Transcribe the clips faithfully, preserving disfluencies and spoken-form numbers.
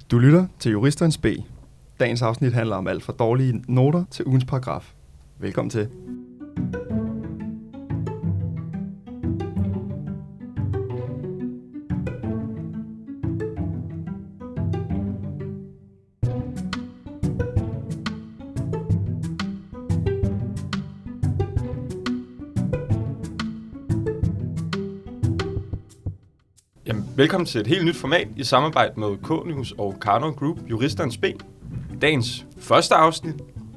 Du lytter til Juristernes B. Dagens afsnit handler om alt fra dårlige noter til ugens paragraf. Velkommen til. Jamen, velkommen til et helt nyt format i samarbejde med K-News og Karnov Group, Juristernes B. Dagens første afsnit,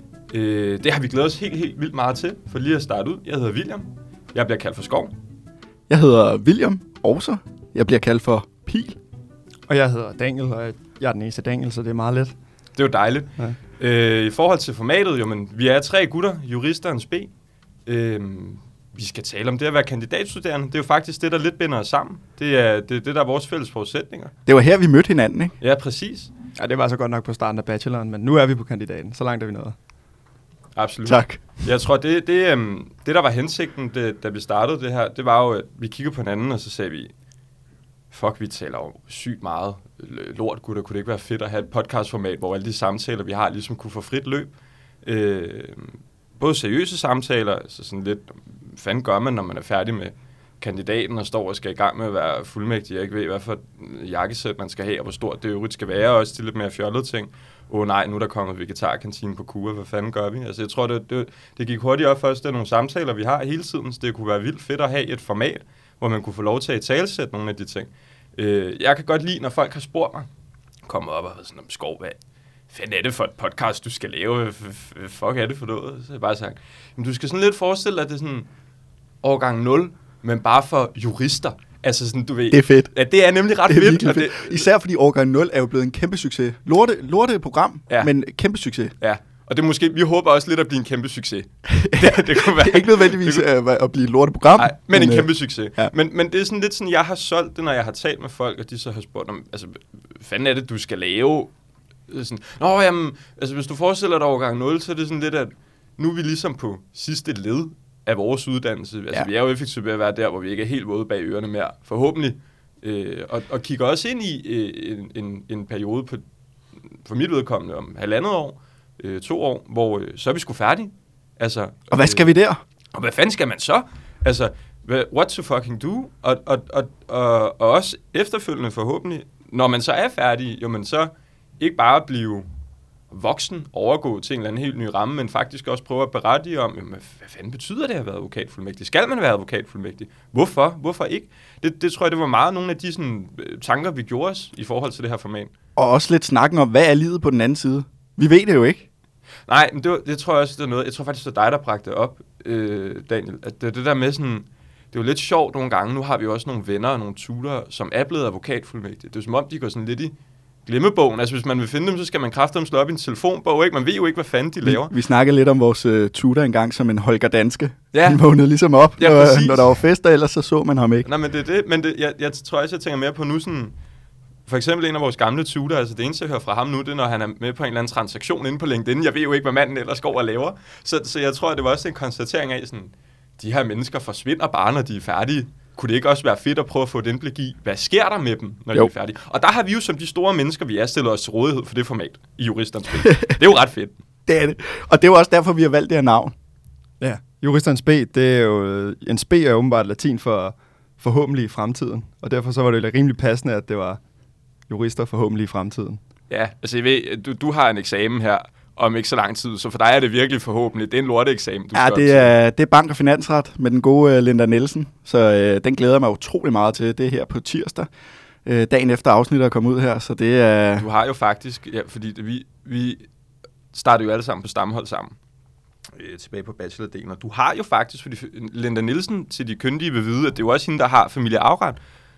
øh, det har vi glædet os helt, helt vildt meget til, for lige at starte ud. Jeg hedder William. Jeg bliver kaldt for Skov. Jeg hedder William også. Jeg bliver kaldt for Pil. Og jeg hedder Daniel, og jeg er den eneste Daniel, så det er meget let. Det er jo dejligt. Ja. Øh, I forhold til formatet, jo, men vi er tre gutter, Juristernes B. Øh, Vi skal tale om det at være kandidatstuderende. Det er jo faktisk det, der lidt binder os sammen. Det er det, det der er vores fælles forudsætninger. Det var her, vi mødte hinanden, ikke? Ja, præcis. Ja, det var så godt nok på starten af bacheloren, men nu er vi på kandidaten. Så langt er vi nået. Absolut. Tak. Jeg tror, det, det, um, det der var hensigten, det, da vi startede det her, det var jo, at vi kiggede på hinanden, og så sagde vi, fuck, vi taler jo sygt meget lort, gutter. Kunne det ikke være fedt at have et podcastformat, hvor alle de samtaler, vi har, ligesom kunne få frit løb? Øh, både seriøse samtaler, altså sådan lidt, hvad fanden gør man, når man er færdig med kandidaten og står og skal i gang med at være fuldmægtig. Jeg ikke ved, hvad for jakkesæt man skal have, og hvor stort det øvrigt skal være, og også de lidt mere fjollede ting. Åh oh, nej, nu er der kommet vegetarkantine på kur, hvad fanden gør vi? Altså jeg tror, det, det, det gik hurtigt op først. Det er nogle samtaler, vi har hele tiden, så det kunne være vildt fedt at have et format, hvor man kunne få lov til at italesætte nogle af de ting. Øh, jeg kan godt lide, når folk har spurgt mig, kommet op og været sådan, om Skov, hvad fanden er det for et podcast, du skal lave? Fuck er det for noget? Så jeg bare sagt, men du skal sådan lidt forestille dig, at det er sådan årgang nul, men bare for jurister. Altså sådan, du ved... Det er fedt. Ja, det er nemlig ret det er fedt. fedt. Det, Især fordi årgang nul er jo blevet en kæmpe succes. Lorte, lorte program, ja. Men kæmpe succes. Ja, og det måske, vi håber også lidt at blive en kæmpe succes. det, det kunne være... Ikke nødvendigvis kunne... at blive et lorte program. Nej, men, men en kæmpe succes. Ja. Men, men det er sådan lidt sådan, jeg har solgt det, når jeg har talt med folk, og de så har spurgt om, altså, hvad fanden er det, du skal lave? Sådan, nå, jamen, altså hvis du forestiller dig overgang nul, så er det sådan lidt, at nu er vi ligesom på sidste led af vores uddannelse. Altså ja. Vi er jo effektivt ved at være der, hvor vi ikke er helt våde bag ørerne mere, forhåbentlig. Øh, og, og kigger også ind i øh, en, en, en periode på, for mit vedkommende om halvandet år, øh, to år, hvor øh, så er vi sgu færdige. Altså, og hvad skal øh, vi der? Og hvad fanden skal man så? Altså, what to fucking do? Og, og, og, og, og også efterfølgende forhåbentlig, når man så er færdig, jo men så ikke bare blive voksen, overgå til en eller anden helt ny ramme, men faktisk også prøve at berette om, jamen, hvad fanden betyder det at være advokatfuldmægtig? Skal man være advokatfuldmægtig? Hvorfor? Hvorfor ikke? Det, det tror jeg, det var meget nogle af de sådan, tanker, vi gjorde os i forhold til det her format. Og også lidt snakken om, hvad er livet på den anden side? Vi ved det jo ikke. Nej, men det, var, det tror jeg også, det er noget. Jeg tror faktisk, det er dig, der bragte det op, øh, Daniel. At det, det der med sådan... Det er jo lidt sjovt nogle gange. Nu har vi jo også nogle venner og nogle tutorer, som er blevet advokatfuldmægtige. Det er jo som om, de går sådan lidt i glemmebogen. Altså, hvis man vil finde dem, så skal man kraftedeme slå op i en telefonbog, ikke? Man ved jo ikke, hvad fanden de laver. Vi, vi snakkede lidt om vores uh, tutor engang som en Holger Danske. Ja. Han vågnede ligesom op, ja, når, når der var fester, ellers så så man ham ikke. Nej, men det er det. Men det, jeg, jeg tror også, jeg tænker mere på nu sådan... For eksempel en af vores gamle tutorer, altså det eneste, jeg hører fra ham nu, det er, når han er med på en eller anden transaktion inde på LinkedIn. Jeg ved jo ikke, hvad manden ellers går og laver. Så, så jeg tror, det var også en konstatering af sådan... De her mennesker forsvinder bare, når de er færdige. Kunne det ikke også være fedt at prøve at få et indblik i, hvad sker der med dem, når jo. De er færdige? Og der har vi jo som de store mennesker, vi er stillet os til rådighed for det format i Juristernes B. Det er jo ret fedt. Det er det. Og det er jo også derfor, vi har valgt det her navn. Ja, Juristernes B, det er jo... En sp er åbenbart latin for forhåbentlig i fremtiden. Og derfor så var det jo rimelig passende, at det var jurister forhåbentlig i fremtiden. Ja, altså jeg ved, du, du har en eksamen her om ikke så lang tid, så for dig er det virkelig forhåbentlig. Det er en lorteeksamen, du ja, skal det er, det er bank- og finansret med den gode uh, Linda Nielsen, så uh, den glæder jeg mig utrolig meget til. Det er her på tirsdag, uh, dagen efter afsnittet er kommet ud her, så det er... Uh... Du har jo faktisk, ja, fordi det, vi, vi startede jo alle sammen på stamhold sammen, øh, tilbage på bachelordelen, og du har jo faktisk, fordi Linda Nielsen til de kyndige vil vide, at det er jo også hende, der har familie Afret.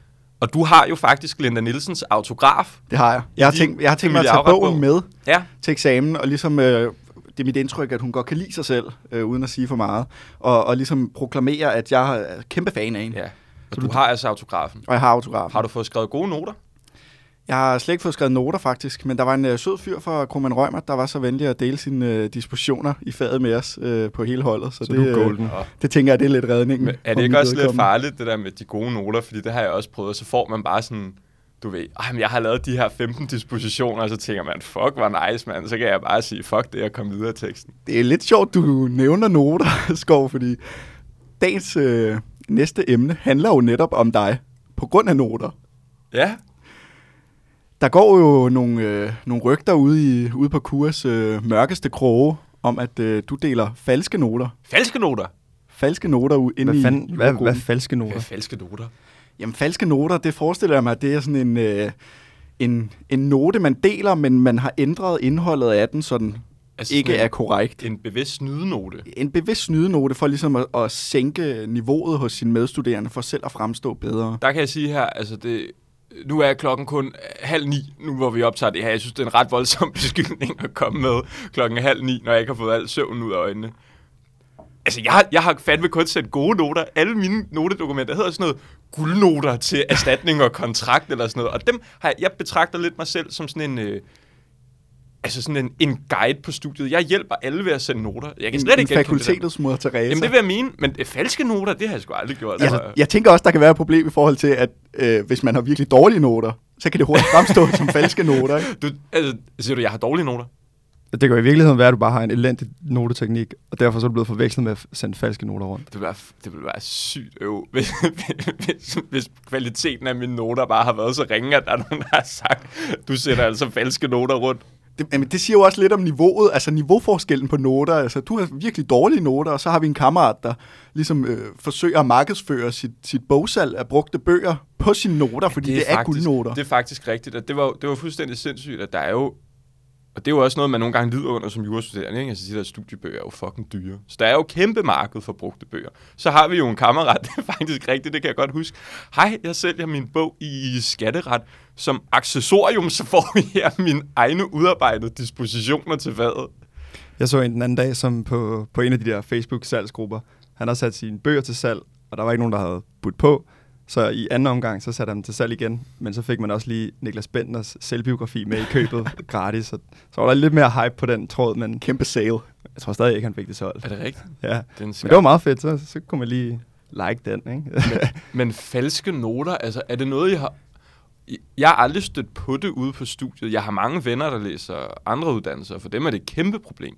Og du har jo faktisk Linda Nielsens autograf. Det har jeg. Jeg har tænkt, jeg har tænkt mig at tage bogen med ja. til eksamen, og ligesom, øh, det er mit indtryk, at hun godt kan lide sig selv, øh, uden at sige for meget, og, og ligesom proklamere, at jeg er kæmpe fan af hende. Ja, og du, du har altså autografen. Og jeg har autografen. Har du fået skrevet gode noter? Jeg har slet ikke fået skrevet noter, faktisk, men der var en øh, sød fyr fra Kroman Reumert, der var så venlig at dele sine øh, dispositioner i faget med os øh, på hele holdet. Så, så det, du er golden. Øh, det tænker jeg, det er lidt redningen. Men er det ikke også lidt farligt, det der med de gode noter? Fordi det har jeg også prøvet, så får man bare sådan du ved, men jeg har lavet de her femten dispositioner, og så tænker man, fuck, hvor nice, mand. Så kan jeg bare sige, fuck det, og komme videre i teksten. Det er lidt sjovt, du nævner noter, Skov, fordi dagens øh, næste emne handler jo netop om dig, på grund af noter. Ja. Der går jo nogle, øh, nogle rygter ude, i, ude på Kurs øh, mørkeste kroge, om at øh, du deler falske noter. Falske noter? Falske noter ude inde hvad i... fanden, i hvad, hvad falske noter? Hvad falske noter? Jamen, falske noter, det forestiller jeg mig, at det er sådan en, øh, en, en note, man deler, men man har ændret indholdet af den, så den altså ikke er korrekt. En bevidst snydenote? En bevidst snydenote for ligesom at, at sænke niveauet hos sine medstuderende, for selv at fremstå bedre. Der kan jeg sige her, altså det... Nu er klokken kun halv ni, nu hvor vi optager det her. Jeg synes, det er en ret voldsom beskyldning at komme med klokken halv ni, når jeg ikke har fået al søvn ud af øjnene. Altså, jeg har, jeg har fandme kun sendt gode noter. Alle mine notedokumenter hedder sådan noget guldnoter til erstatning og kontrakt eller sådan noget. Og dem har jeg, jeg betragter lidt mig selv som sådan en... Øh, altså sådan en, en guide på studiet. Jeg hjælper alle ved at sende noter. Jeg kan slet en, ikke en fakultetets moder Teresa. Jamen det vil jeg mene, men falske noter, det har jeg sgu aldrig gjort. Ja, jeg. jeg tænker også, der kan være et problem i forhold til, at øh, hvis man har virkelig dårlige noter, så kan det hurtigt fremstå som falske noter. Ikke? Du, altså, siger du, jeg har dårlige noter? Det kan jo i virkeligheden være, at du bare har en elendig noteteknik, og derfor så er du blevet forvekslet med at sende falske noter rundt. Det ville være, det ville være sygt øv, hvis, hvis, hvis kvaliteten af mine noter bare har været så ringe, at der er nogen, der har sagt, du sætter altså falske noter rundt. Det, jamen, det siger jo også lidt om niveauet, altså niveauforskellen på noter. Altså, du har virkelig dårlige noter, og så har vi en kammerat, der ligesom øh, forsøger at markedsføre sit, sit bogsalg af brugte bøger på sine noter, fordi det er, det er faktisk, guldnoter. Det er faktisk rigtigt, og det var, det var fuldstændig sindssygt, at der er jo, og det er jo også noget, man nogle gange lider under som jurastuderende, ikke? Altså de der studiebøger er jo fucking dyre. Så der er jo kæmpe marked for brugte bøger. Så har vi jo en kammerat, det er faktisk rigtigt, det kan jeg godt huske. Hej, jeg sælger min bog i skatteret. Som accessorium, så får vi her mine egne udarbejdede dispositioner til faget. Jeg så en den anden dag, som på, på en af de der Facebook-salgsgrupper. Han har sat sine bøger til salg, og der var ikke nogen, der havde budt på. Så i anden omgang, så satte han dem til salg igen. Men så fik man også lige Niklas Bentners selvbiografi med i købet gratis. Så, så var der lidt mere hype på den tråd, men... Kæmpe sale. Jeg tror stadig ikke, han fik det solgt. Er det rigtigt? Ja, men det var meget fedt, så, så kunne man lige like den, ikke? men, men falske noter, altså er det noget, jeg har... Jeg har aldrig stødt på det ude på studiet. Jeg har mange venner, der læser andre uddannelser, og for dem er det et kæmpe problem.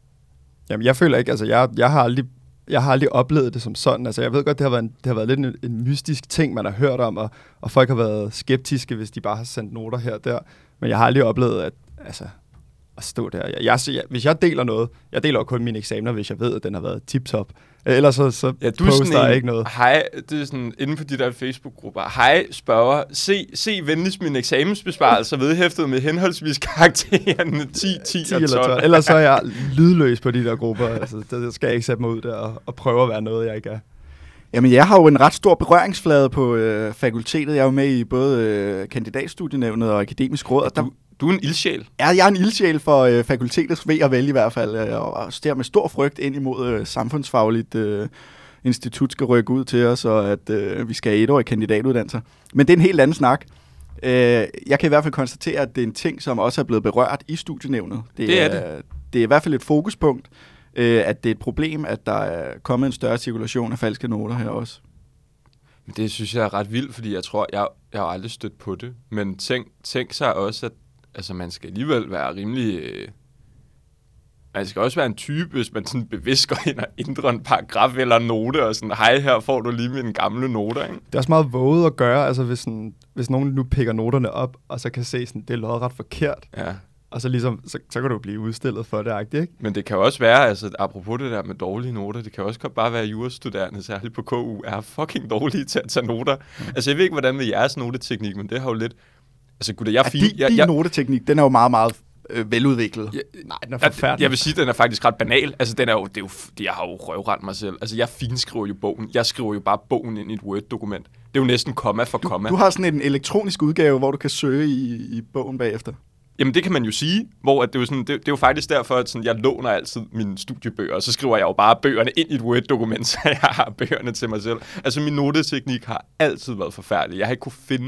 Jamen, jeg føler ikke, altså jeg, jeg har aldrig... Jeg har aldrig oplevet det som sådan. Altså, jeg ved godt, det har været, en, det har været lidt en, en mystisk ting, man har hørt om, og, og folk har været skeptiske, hvis de bare har sendt noter her og der. Men jeg har aldrig oplevet, at, altså, at stå der. Jeg, jeg, jeg, hvis jeg deler noget, jeg deler jo kun mine eksamener, hvis jeg ved, at den har været tip-top. Ellers så, så ja, du poster jeg ikke noget. Hej, det er sådan, inden på de der Facebook-grupper. Hej, spørger. Se, se venligst mine eksamensbesparelser vedhæftet med henholdsvis karaktererne ti, ti og tolv. Ellers så er jeg lydløs på de der grupper. Altså, der skal jeg ikke sætte mig ud der og, og prøve at være noget, jeg ikke er. Jamen, jeg har jo en ret stor berøringsflade på øh, fakultetet. Jeg er jo med i både øh, kandidatstudienævnet og akademisk råd. Og der, du, du er en ildsjæl? Ja, jeg er en ildsjæl for øh, fakultetets ved og vel i hvert fald. Øh, og står med stor frygt ind imod øh, samfundsfagligt øh, institut skal rykke ud til os, og at øh, vi skal have etårige kandidatuddannelser. Men det er en helt anden snak. Øh, jeg kan i hvert fald konstatere, at det er en ting, som også er blevet berørt i studienævnet. Det, det er, er det. Det er i hvert fald et fokuspunkt, øh, at det er et problem, at der er kommet en større cirkulation af falske noter her også. Det synes jeg er ret vildt, fordi jeg tror, jeg, jeg har aldrig stødt på det. Men tænk, tænk sig også, at altså, man skal alligevel være rimelig... Øh, man skal også være en type, hvis man sådan bevidst går ind og ændrer en paragraf eller note, og sådan, hej, her får du lige mine gamle noter, ikke? Det er også meget våget at gøre, altså hvis, sådan, hvis nogen nu picker noterne op, og så kan se, sådan, det er lodret forkert. Ja. Og så, ligesom, så, så kan du blive udstillet for det, ikke? Men det kan jo også være, altså apropos det der med dårlige noter, det kan også bare være, at jurastuderende, særligt på K U, er fucking dårlige til at tage noter. Mm. Altså jeg ved ikke, hvordan med jeres noteteknik, men det har jo lidt... Altså gud, jeg er fin... Ja, din, jeg, din jeg, noteteknik, den er jo meget, meget øh, veludviklet. Jeg, Nej, den er forfærdelig. Jeg, jeg vil sige, den er faktisk ret banal. Altså den er jo... Det er jo jeg har jo røvrendt mig selv. Altså jeg finskriver jo bogen. Jeg skriver jo bare bogen ind i et Word-dokument. Det er jo næsten komma for komma. Du, du har sådan en elektronisk udgave, hvor du kan søge i, i bogen bagefter. Jamen det kan man jo sige, hvor at det, er jo sådan, det, det er jo faktisk derfor, at sådan, jeg låner altid mine studiebøger, og så skriver jeg jo bare bøgerne ind i et Word-dokument, så jeg har bøgerne til mig selv. Altså min noteteknik har altid været forfærdelig. Jeg har ikke kunne finde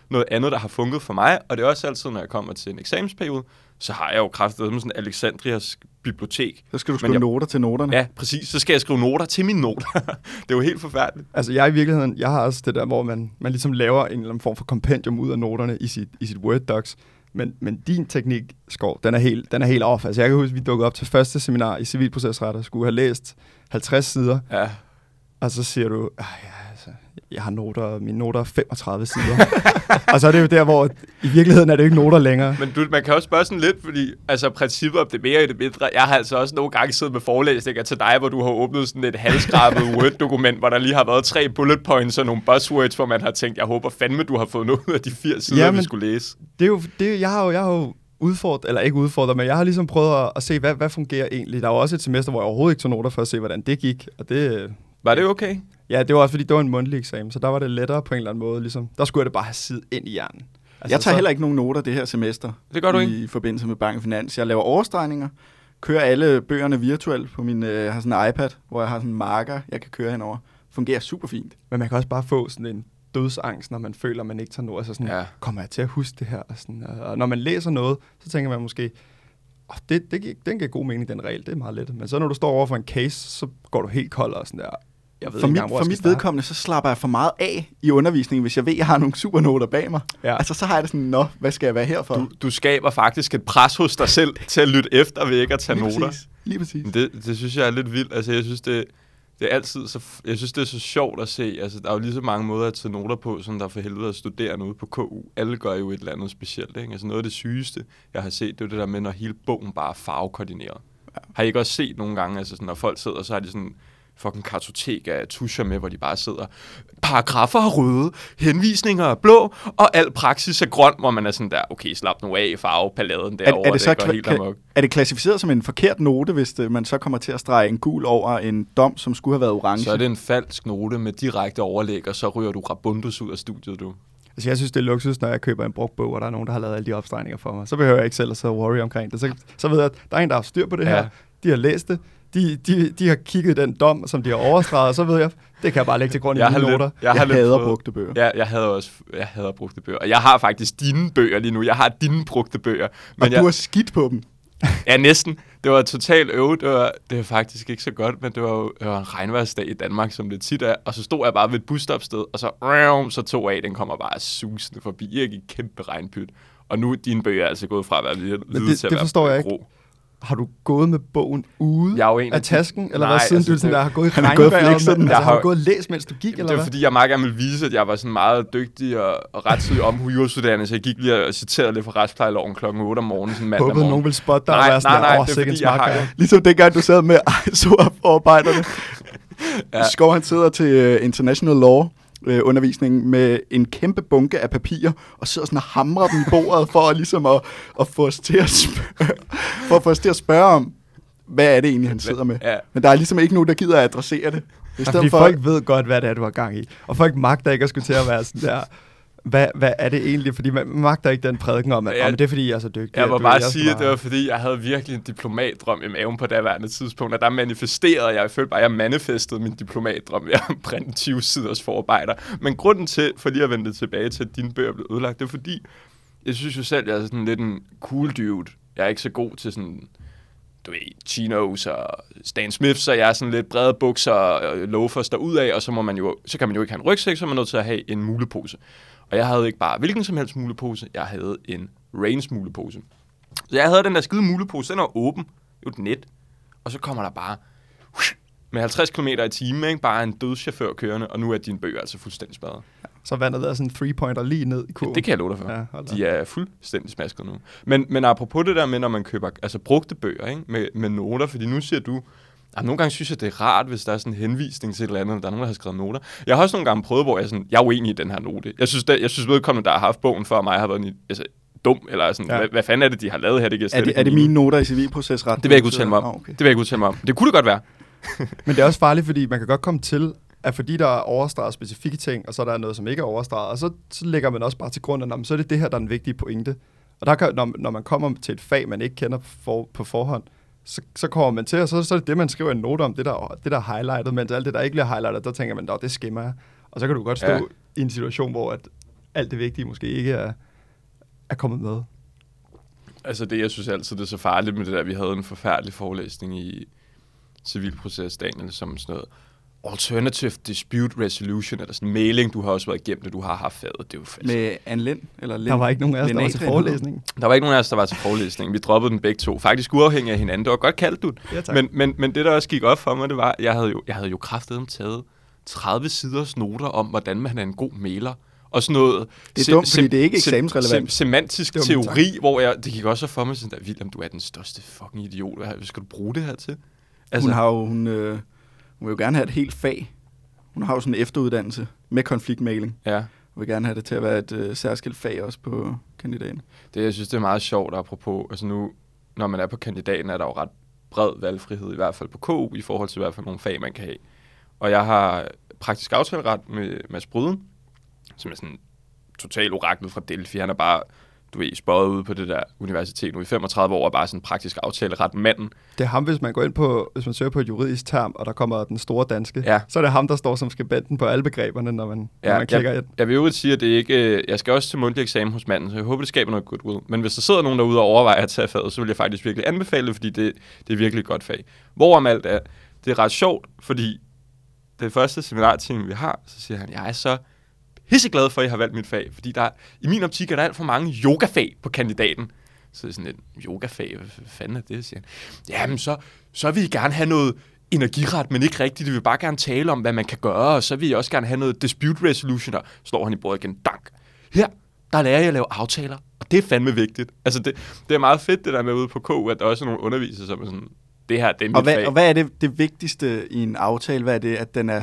noget andet, der har funket for mig, og det er også altid, når jeg kommer til en eksamensperiode, så har jeg jo kraftigt med sådan Alexandrias bibliotek. Så skal du skrive jeg, noter til noterne. Ja, præcis. Så skal jeg skrive noter til mine noter. Det er jo helt forfærdeligt. Altså jeg i virkeligheden, jeg har også det der, hvor man, man ligesom laver en eller anden form for kompendium ud af noterne i sit, i sit Word Docs. Men, men din teknik, Skov, den er helt, den er helt off. Altså jeg kan huske, vi dukkede op til første seminar i civilprocesret og skulle have læst halvtreds sider. Ja. Og så siger du, ja, altså, jeg har noter, mine noter er femogtredive sider. Og så er det jo der, hvor i virkeligheden er det jo ikke noter længere. Men du, man kan også spørge sådan lidt, fordi altså princippet om det mere i det mindre, jeg har altså også nogle gange siddet med forelæsninger til dig, hvor du har åbnet sådan et halvskrabet Word-dokument, hvor der lige har været tre bullet points og nogle buzzwords, hvor man har tænkt, jeg håber fandme, du har fået noget af de firs sider, ja, vi skulle læse. Det er jo, det, jeg har jo, jeg har jo udfordret, eller ikke udfordret, men jeg har ligesom prøvet at, at se, hvad, hvad fungerer egentlig. Der var også et semester, hvor jeg overhovedet ikke tog noter for at se, hvordan det gik, og det... Var det okay? Ja, det var også, fordi det var en mundtlig eksamen, så der var det lettere på en eller anden måde. Ligesom. Der skulle jeg det bare have siddet ind i hjernen. Altså, jeg tager så... heller ikke nogen noter det her semester. Det gør du ikke? I forbindelse med Bank og Finans. Jeg laver overstregninger, kører alle bøgerne virtuelt på min... Jeg har sådan en iPad, hvor jeg har sådan en marker, jeg kan køre henover. Fungerer super fint. Men man kan også bare få sådan en dødsangst, når man føler, at man ikke tager noter. Så sådan, ja. Kommer jeg til at huske det her? Og, sådan, og når man læser noget, så tænker man måske... Oh, det, det, den giver god mening, den regel. Det er meget let. Men så når du står over for en case, så går du helt kold og sådan der... Jeg ved for ikke mit, for mit vedkommende, så slapper jeg for meget af i undervisningen, hvis jeg ved, at jeg har nogle supernoter bag mig. Ja. Altså, så har jeg det sådan, nå, hvad skal jeg være her for? Du, du skaber faktisk et pres hos dig selv til at lytte efter ved ikke at tage Lige noter. Præcis. Lige præcis. Det, det synes jeg er lidt vildt. Altså, jeg synes, det, det er altid så, jeg synes, det er så sjovt at se. Altså, der er jo lige så mange måder at tage noter på, som der for helvede er studerende ude på K U. Alle gør jo et eller andet specielt, ikke? Altså, noget af det sygeste, jeg har set, det er det der med, når hele bogen bare er farvekoordineret. Ja. Har I ikke også set nogle gange, altså, sådan, når folk sidder, så har de sådan... fucking kartotek af tuscher med, hvor de bare sidder. Paragrafer er røde, henvisninger er blå, og al praksis er grøn, hvor man er sådan der, okay, slap nu af farvepalladen derovre, er, er det, så det går helt amok. Er det klassificeret som en forkert note, hvis det, man så kommer til at strege en gul over en dom, som skulle have været orange? Så er det en falsk note med direkte overlæg, og så ryger du rabundus ud af studiet, du. Altså, jeg synes, det er luksus, når jeg køber en brugt bog, og der er nogen, der har lavet alle de opstregninger for mig. Så behøver jeg ikke selv at så worry omkring det. Så, så ved jeg, at der er en, der har styr på det her. Ja. De har læst det. De, de, de har kigget den dom, som de har overstreget, og så ved jeg, det kan jeg bare lægge til grund i mine noter. Jeg, jeg hader brugte bøger. Ja, jeg hader også jeg hader brugte bøger. Og jeg har faktisk dine bøger lige nu. Jeg har dine brugte bøger. Men og jeg, du har skidt på dem. Ja, næsten. Det var totalt øve. Det var, det var faktisk ikke så godt, men det var jo det var en regnværsdag i Danmark, som det tit er. Og så stod jeg bare ved et busstopsted, og så, så tog af, den kommer bare susende forbi. Ikke et kæmpe regnpyt. Og nu er dine bøger er altså gået fra at være hvide det, til at det forstår være jeg ikke. Grå. Har du gået med bogen ude af tasken? Eller hvad, siden altså, du sådan, der har gået i regnvejr? Altså, har, har du gået og læst, mens du gik? Eller det var hvad? fordi, jeg meget gerne ville vise, at jeg var sådan meget dygtig og, og rettidig omhu jurastuderende, så jeg gik lige og citerede lidt fra retsplejeloven klokken otte om morgenen. Sådan mandag Håbede, morgen. nogen ville spotte dig nej, og være sådan, nej, nej, oh, det er fordi, jeg har... Ja. Ligesom dengang, du sad med I S O-forarbejderne. Ja. Skov, han sidder til uh, International Law undervisning med en kæmpe bunke af papirer, og sidder sådan og hamrer dem i bordet, for at, ligesom at, at få os til at spørge, for at få os til at spørge om, hvad er det egentlig, han sidder med. Ja. Men der er ligesom ikke nogen, der gider at adressere det. I stedet fordi for, folk ved godt, hvad det er, du har gang i. Og folk magter ikke at skulle til at være sådan der, hvad, hvad er det egentlig? Fordi man magter ikke den prædiken om, at ja, det er fordi, jeg er så dygtig. Jeg må bare sige, at det var fordi, jeg havde virkelig en diplomatdrøm i maven på daværende tidspunkt, og der manifesterede jeg, jeg følte bare, at jeg manifestede min diplomatdrøm ved at printe tyve siders forarbejder. Men grunden til, for lige at vende tilbage til, at dine bøger blev ødelagt, det er fordi, jeg synes jo selv, jeg er sådan lidt en cool dude. Jeg er ikke så god til sådan... du ved, chinos og Stan Smith, så jeg er sådan lidt brede bukser og loafers derudad, og så, må man jo, så kan man jo ikke have en rygsæk, så er man nødt til at have en mulepose. Og jeg havde ikke bare hvilken som helst mulepose, jeg havde en Reigns mulepose. Så jeg havde den der skide mulepose, den var åben, jo et net, og så kommer der bare med halvtreds kilometer i timen, ikke? Bare en dødschauffør kørende, og nu er dine bøger altså fuldstændig spadet. Så vandet der sådan en three-pointer lige ned i kurven. Ja, det kan jeg love dig for. Ja, de er fuldstændig smasket nu. Men, men apropos det der med, når man køber altså brugte bøger, ikke? Med, med noter, fordi nu siger du, at nogle gange synes jeg, det er rart, hvis der er sådan en henvisning til et eller andet, der er nogen, der har skrevet noter. Jeg har også nogle gange prøvet, hvor jeg, sådan, jeg er uenig i den her note. Jeg synes, det, jeg synes vedkommende, der har haft bogen før mig, har været en, altså, dum, eller sådan, ja. hvad, hvad fanden er det, de har lavet her? Det er, det, er det mine noter i civilprocesret? Det vil jeg ikke udtale mig om. Oh, okay. Det vil jeg ikke udtale mig om. Det kunne det godt være. Men det er også farligt, fordi man kan godt komme til, at fordi der er overstreget specifikke ting, og så er der noget, som ikke er overstreget, og så, så lægger man også bare til grund, at så er det det her, der er den vigtige pointe. Og der kan, når, når man kommer til et fag, man ikke kender for, på forhånd, så, så kommer man til, og så, så er det det, man skriver en note om, det der, det der er highlightet, mens alt det, der ikke bliver highlightet, der tænker man, det skimmer jeg. Og så kan du godt stå ja. i en situation, hvor at, alt det vigtige måske ikke er, er kommet med. Altså det, jeg synes altid, det er så farligt med det der, vi havde en forfærdelig forelæsning i civilproces, Daniel, som sådan noget alternative dispute resolution, eller sådan en mailing, du har også været igennem det, du har haft fadet. Det er jo fast. Med Anne Lind? Eller Lind? Der var ikke nogen af os, der var til forelæsningen. Der var ikke nogen af os, der var til forelæsningen. Vi droppede den begge to. Faktisk uafhængig af hinanden. Det var godt kaldt, du. Ja, tak. Men, men, men det, der også gik op for mig, det var, jeg havde jo, jeg havde jo kraftedeme taget tredive siders noter om, hvordan man er en god mailer. Og sådan noget... Det er dumt, fordi det er ikke eksamensrelevant. Sem- semantisk Dumt, teori, tak. Hvor jeg... Det gik også for mig sådan der, William, du er den største fucking idiot. Hvad skal du bruge det her til? Altså, hun har jo... Hun, øh, hun vil jo gerne have et helt fag. Hun har jo sådan en efteruddannelse med konfliktmailing. Ja. Hun vil gerne have det til at være et øh, særskilt fag også på kandidaten. Det, jeg synes, det er meget sjovt, apropos... Altså nu, når man er på kandidaten, er der jo ret bred valgfrihed, i hvert fald på K U, i forhold til i hvert fald nogle fag, man kan have. Og jeg har praktisk aftaleret med Mads Bryden, som er sådan total oraklet fra Delphi. Han er bare, du ved, spøjet ude på det der universitet nu i femogtredive år, og bare sådan praktisk aftaleret manden. Det er ham, hvis man går ind på, hvis man søger på et juridisk term, og der kommer den store danske, ja. så er det ham, der står som skribenten på alle begreberne, når man, ja, når man klikker jeg, ind. Jeg vil jo sige, at det ikke... Jeg skal også til mundtlig eksamen hos manden, så jeg håber, det skaber noget goodwill. Men hvis der sidder nogen derude og overvejer at tage faget, så vil jeg faktisk virkelig anbefale det, fordi det, det er virkelig et godt fag. Hvorom alt er, det er ret sjovt, fordi det første seminarteam, vi har, så siger han, jeg er så pisseglad for, at I har valgt mit fag, fordi der, i min optik er der alt for mange yogafag på kandidaten. Så er det sådan et yogafag, hvad fanden er det, siger han. Jamen, så, så vil I gerne have noget energiret, men ikke rigtigt. De vil bare gerne tale om, hvad man kan gøre, og så vil I også gerne have noget dispute resolution, der slår han i bordet igen. Dank! Her, der lærer jeg at lave aftaler, og det er fandme vigtigt. Altså, det, det er meget fedt, det der med ude på K U, at der også er nogle undervisere, som er sådan, det her, det er mit og hvad, fag. Og hvad er det, det vigtigste i en aftale? Hvad er det, at den er...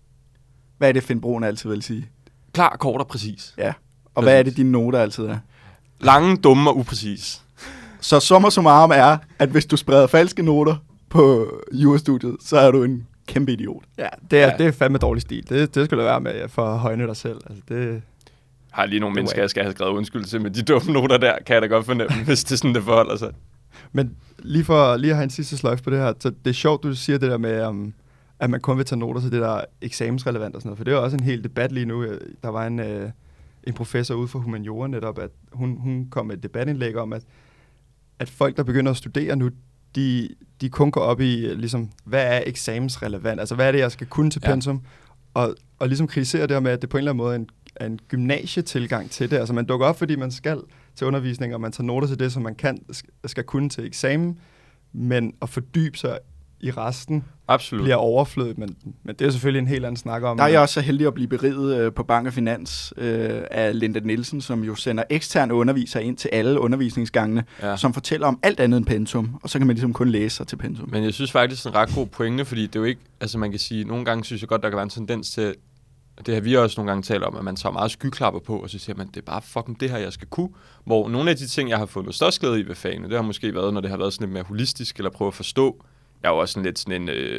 Hvad er det, Finn Broen altid vil sige? Klar, kort og præcis. Ja. Og præcis. Hvad er det, dine noter altid er? Lange, dumme og upræcis. Så summa summarum er, at hvis du spreder falske noter på jurastudiet, så er du en kæmpe idiot. Ja, det er, ja. det er fandme dårlig stil. Det, det skal du være med for at højne dig selv. Altså, det... Har lige nogle mennesker, jeg skal have skrevet undskyld til, med de dumme noter der, kan jeg da godt fornemme, hvis det er sådan, det forholder sig. Men lige for lige at have en sidste sløjf på det her, så det er sjovt, du siger det der med, um, at man kun vil tage noter til det, der er eksamensrelevant og sådan noget, for det er også en hel debat lige nu. Der var en, øh, en professor ude for humaniora netop, at hun, hun kom med et debatindlæg om, at, at folk, der begynder at studere nu, de, de kun går op i, ligesom, hvad er eksamensrelevant? Altså, hvad er det, jeg skal kunne til pensum? Ja. Og, og ligesom kritisere det her med, at det på en eller anden måde er en, er en gymnasietilgang til det. Altså, man dukker op, fordi man skal til undervisning, og man tager noter til det, som man kan, skal kunne til eksamen, men at fordybe sig i resten Absolut. Bliver overflødet, men, men det er selvfølgelig en helt anden snak om. Der er jeg også så heldig at blive beriget øh, på Bank og Finans øh, af Linda Nielsen, som jo sender eksterne undervisere ind til alle undervisningsgangene, ja. Som fortæller om alt andet end pensum, og så kan man ligesom kun læse sig til pensum. Men jeg synes faktisk, det er en ret god pointe, fordi det er jo ikke, altså man kan sige, nogle gange synes jeg godt, der kan være en tendens til, det har vi også nogle gange talt om, at man tager meget skyklapper på, og så siger man, det er bare fucking det her, jeg skal kunne. Hvor nogle af de ting, jeg har fundet størst glæde i ved fagene, det har måske været, når det har været sådan lidt mere holistisk, eller prøve at forstå. Jeg er jo også sådan lidt sådan en øh,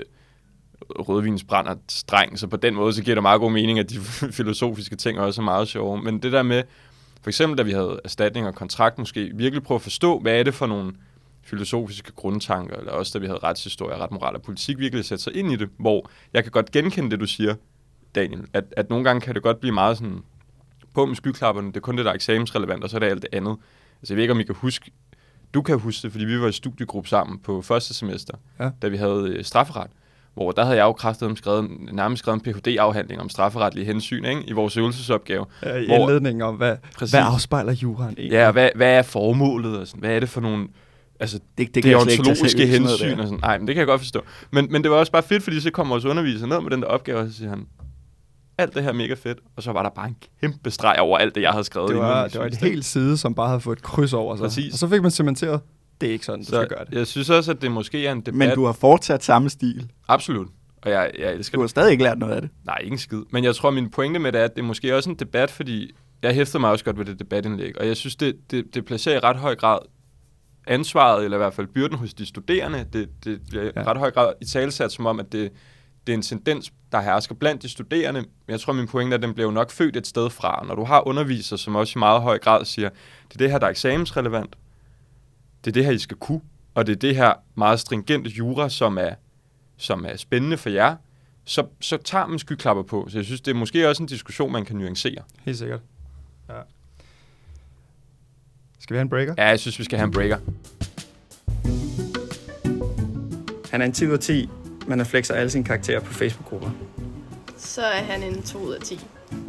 rødvinsbrænder-dreng, så på den måde, så giver det meget god mening, at de filosofiske ting også er meget sjove. Men det der med, for eksempel da vi havde erstatning og kontrakt, måske virkelig prøve at forstå, hvad er det for nogle filosofiske grundtanker, eller også da vi havde retshistorie, ret moral og politik, virkelig sætte sig ind i det, hvor jeg kan godt genkende det, du siger, Daniel, at, at nogle gange kan det godt blive meget sådan, på med skyklapperne, det er kun det, der er eksamensrelevant, og så er det alt det andet. Altså jeg ved ikke, om I kan huske, du kan huske det, fordi vi var i studiegruppe sammen på første semester, ja. Da vi havde øh, strafferet, hvor der havde jeg jo kraftigt skrevet, nærmest skrevet en P H D-afhandling om strafferetlige hensyn, ikke? I vores øvelsesopgave. Ja, i indledningen om, hvad, hvad afspejler juraen egentlig? Ja, hvad, hvad er formålet, og sådan, hvad er det for nogle altså, det, det, det ontologiske hensyn, og sådan. Nej, men det kan jeg godt forstå. Men, men det var også bare fedt, fordi så kom vores underviser ned med den der opgave, og så siger han, alt det her er mega fedt, og så var der bare en kæmpe streg over alt det, jeg havde skrevet. Det var, det var et helt side, som bare havde fået et kryds over sig. Præcis. Og så fik man cementeret, det er ikke sådan, du så skal gøre det. Jeg synes også, at det måske er en debat. Men du har fortsat samme stil. Absolut. Og jeg, jeg elsker du har det. Stadig ikke lært noget af det. Nej, ikke en skid. Men jeg tror, min pointe med det er, at det er måske også en debat, fordi jeg hæftede mig også godt ved det debatindlæg, og jeg synes, det, det, det placerer i ret høj grad ansvaret, eller i hvert fald byrden hos de studerende. Det, det bliver ja. i ret høj grad i talesat som om, at det, det er en tendens, der hersker blandt de studerende. Men jeg tror, min pointe er, at den bliver jo nok født et sted fra. Når du har undervisere, som også i meget høj grad siger, det er det her, der er eksamensrelevant, det er det her, I skal kunne, og det er det her meget stringente jura, som er, som er spændende for jer, så, så tager man skyklapper på. Så jeg synes, det er måske også en diskussion, man kan nuancere. Helt sikkert. vi have en breaker? Ja, jeg synes, vi skal have en breaker. Han er en ti ud af ti, men han flexer alle sine karakterer på Facebook-grupper. Så er han en to ud af ti.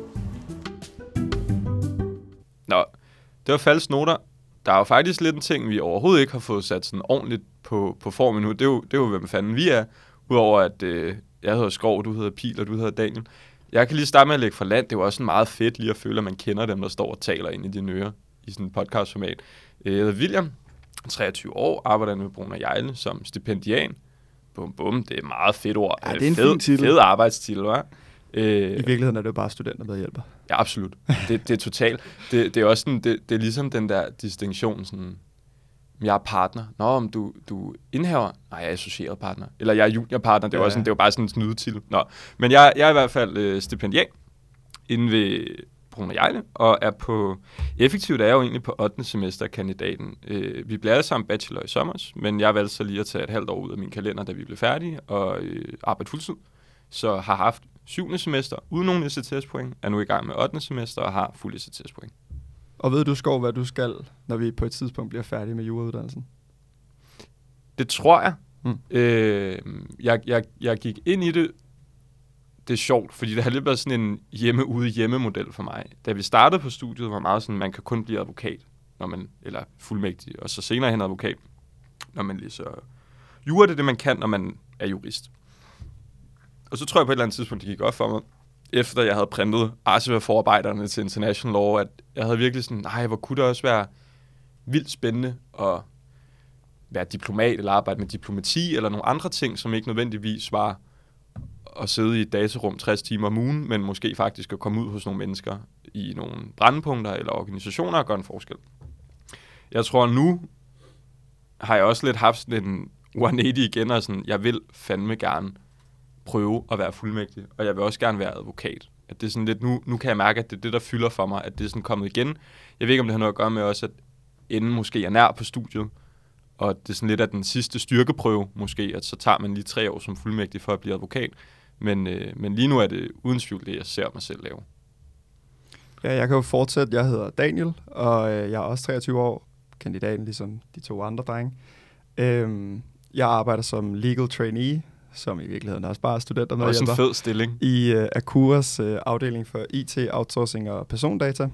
Nå, det var falske noter. Der er jo faktisk lidt en ting, vi overhovedet ikke har fået sat sådan ordentligt på, på form endnu. Det er, jo, det er jo, hvem fanden vi er. Udover at øh, jeg hedder Skov, du hedder Pil, og du hedder Daniel. Jeg kan lige starte med at lægge fra land. Det er jo også sådan meget fedt lige at føle, at man kender dem, der står og taler ind i dine ører i sådan et podcastformat. Jeg hedder William, treogtyve år, arbejder med Brun og Jejle som stipendian. Bum, bum, det er meget fedt ord. Ja, det er en fed, fin titel. Fed arbejdstitel, hva'? Øh, I virkeligheden er det jo bare studenter, der hjælper. Ja, absolut. Det, det er totalt. Det, det er også sådan, det, det er ligesom den der distinktion, sådan, jeg er partner. Nå, om du, du indhaver? Nej, jeg er associeret partner. Eller jeg er juniorpartner. Det er, ja. Også sådan, det er jo bare sådan en snydetil. Nå, men jeg, jeg er i hvert fald øh, stipendiat inde ved Brun og Jejle, og er på, effektivt er jeg jo egentlig på ottende semester kandidaten. Øh, vi blev alle sammen bachelor i sommer, men jeg valgte så lige at tage et halvt år ud af min kalender, da vi blev færdige, og øh, arbejde fuldtid. Så har haft syvende semester uden nogen S A T S-point, er nu i gang med ottende semester og har fuld S A T S-point. Og ved du, Skov, hvad du skal, når vi på et tidspunkt bliver færdige med jurauddannelsen? Det tror jeg. Mm. Øh, jeg, jeg. Jeg gik ind i det. Det er sjovt, fordi det har lidt været sådan en hjemme-ude-hjemme-model for mig. Da vi startede på studiet, var meget sådan, man kan kun blive advokat, når man, eller fuldmægtig, og så senere hen advokat, når man læser jura. Det er det, man kan, når man er jurist. Og så tror jeg på et eller andet tidspunkt, det gik op for mig, efter jeg havde printet Arsiva-forarbejderne til International Law, at jeg havde virkelig sådan, nej, hvor kunne det også være vildt spændende at være diplomat, eller arbejde med diplomati, eller nogle andre ting, som ikke nødvendigvis var at sidde i et datarum tres timer om ugen, men måske faktisk at komme ud hos nogle mennesker i nogle brandpunkter eller organisationer og gøre en forskel. Jeg tror, nu har jeg også lidt haft sådan en et hundrede og otte igen, og sådan, jeg vil fandme gerne prøve at være fuldmægtig, og jeg vil også gerne være advokat. At det er sådan lidt, nu, nu kan jeg mærke, at det er det, der fylder for mig, at det er sådan kommet igen. Jeg ved ikke, om det har noget at gøre med også, at enden måske er nær på studiet, og det er sådan lidt af den sidste styrkeprøve måske, at så tager man lige tre år som fuldmægtig for at blive advokat. Men, øh, men lige nu er det uden tvivl det, jeg ser mig selv lave. Ja, jeg kan jo fortsætte. Jeg hedder Daniel, og øh, jeg er også treogtyve år, kandidaten ligesom de to andre drenge. Øhm, jeg arbejder som legal trainee, som i virkeligheden også bare er studenter med. Også en fed stilling. I uh, Akuras uh, afdeling for I T, outsourcing og persondata.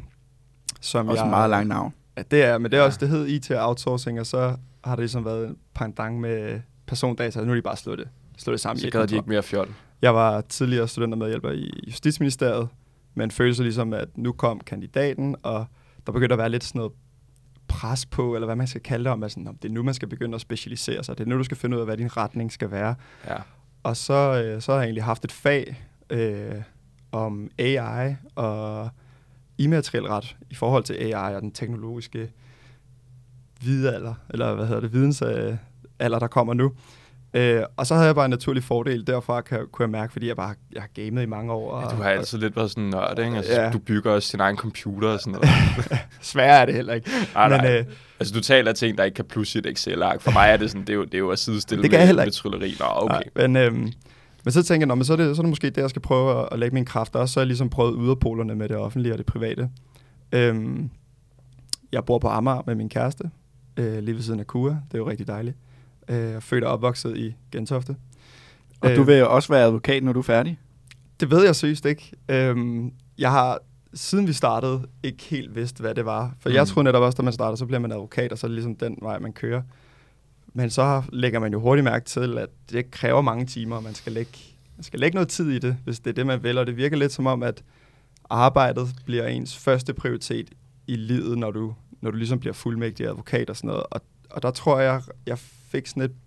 Som også jeg, en meget lang navn. Ja, det er, men det er ja. også, det hed I T outsourcing, og så har det ligesom været en pendant med persondata. Nu er de bare slået det, slået det sammen så i et gad de ikke mere fjol. Jeg var tidligere studentermedhjælper i Justitsministeriet, men følte så ligesom, at nu kom kandidaten, og der begyndte at være lidt sådan noget pres på, eller hvad man skal kalde det om, at sådan, det er nu, man skal begynde at specialisere sig. Det er nu, du skal finde ud af, hvad din retning skal være. Ja. Og så, øh, så har jeg egentlig haft et fag øh, om A I og immateriel ret i forhold til A I og den teknologiske videalder, eller hvad hedder det, vidensalder, der kommer nu. Øh, og så havde jeg bare en naturlig fordel. Derfra kan, kunne jeg mærke, fordi jeg bare jeg har gamet i mange år. Og, ja, du har altid og, lidt været sådan en nørd, ikke? Altså, ja. Du bygger også din egen computer og sådan noget. Sværere er det heller ikke. Nej, men, nej. Øh, altså, du taler ting, der ikke kan plusse et Excel-ark. For mig er det sådan, det er jo, det er jo at sidestille det med, med trylleri. Nå, okay. Nej, men, øhm, men så tænker jeg, men så, er det, så er det måske det, jeg skal prøve at, at lægge min kraft. Og så har jeg ligesom prøvet yderpolerne med det offentlige og det private. Øhm, jeg bor på Amager med min kæreste, øh, lige ved siden af Kura. Det er jo rigtig dejligt. Jeg er født og opvokset i Gentofte. Og øh, du vil også være advokat, når du er færdig? Det ved jeg seriøst ikke. Øhm, jeg har, siden vi startede, ikke helt vidst, hvad det var. For mm. jeg troede netop også, da man starter, så bliver man advokat, og så er det ligesom den vej, man kører. Men så lægger man jo hurtigt mærke til, at det kræver mange timer, og man skal lægge, man skal lægge noget tid i det, hvis det er det, man vil. Og det virker lidt som om, at arbejdet bliver ens første prioritet i livet, når du, når du ligesom bliver fuldmægtig advokat og sådan noget. Og, og der tror jeg, jeg fik sådan et,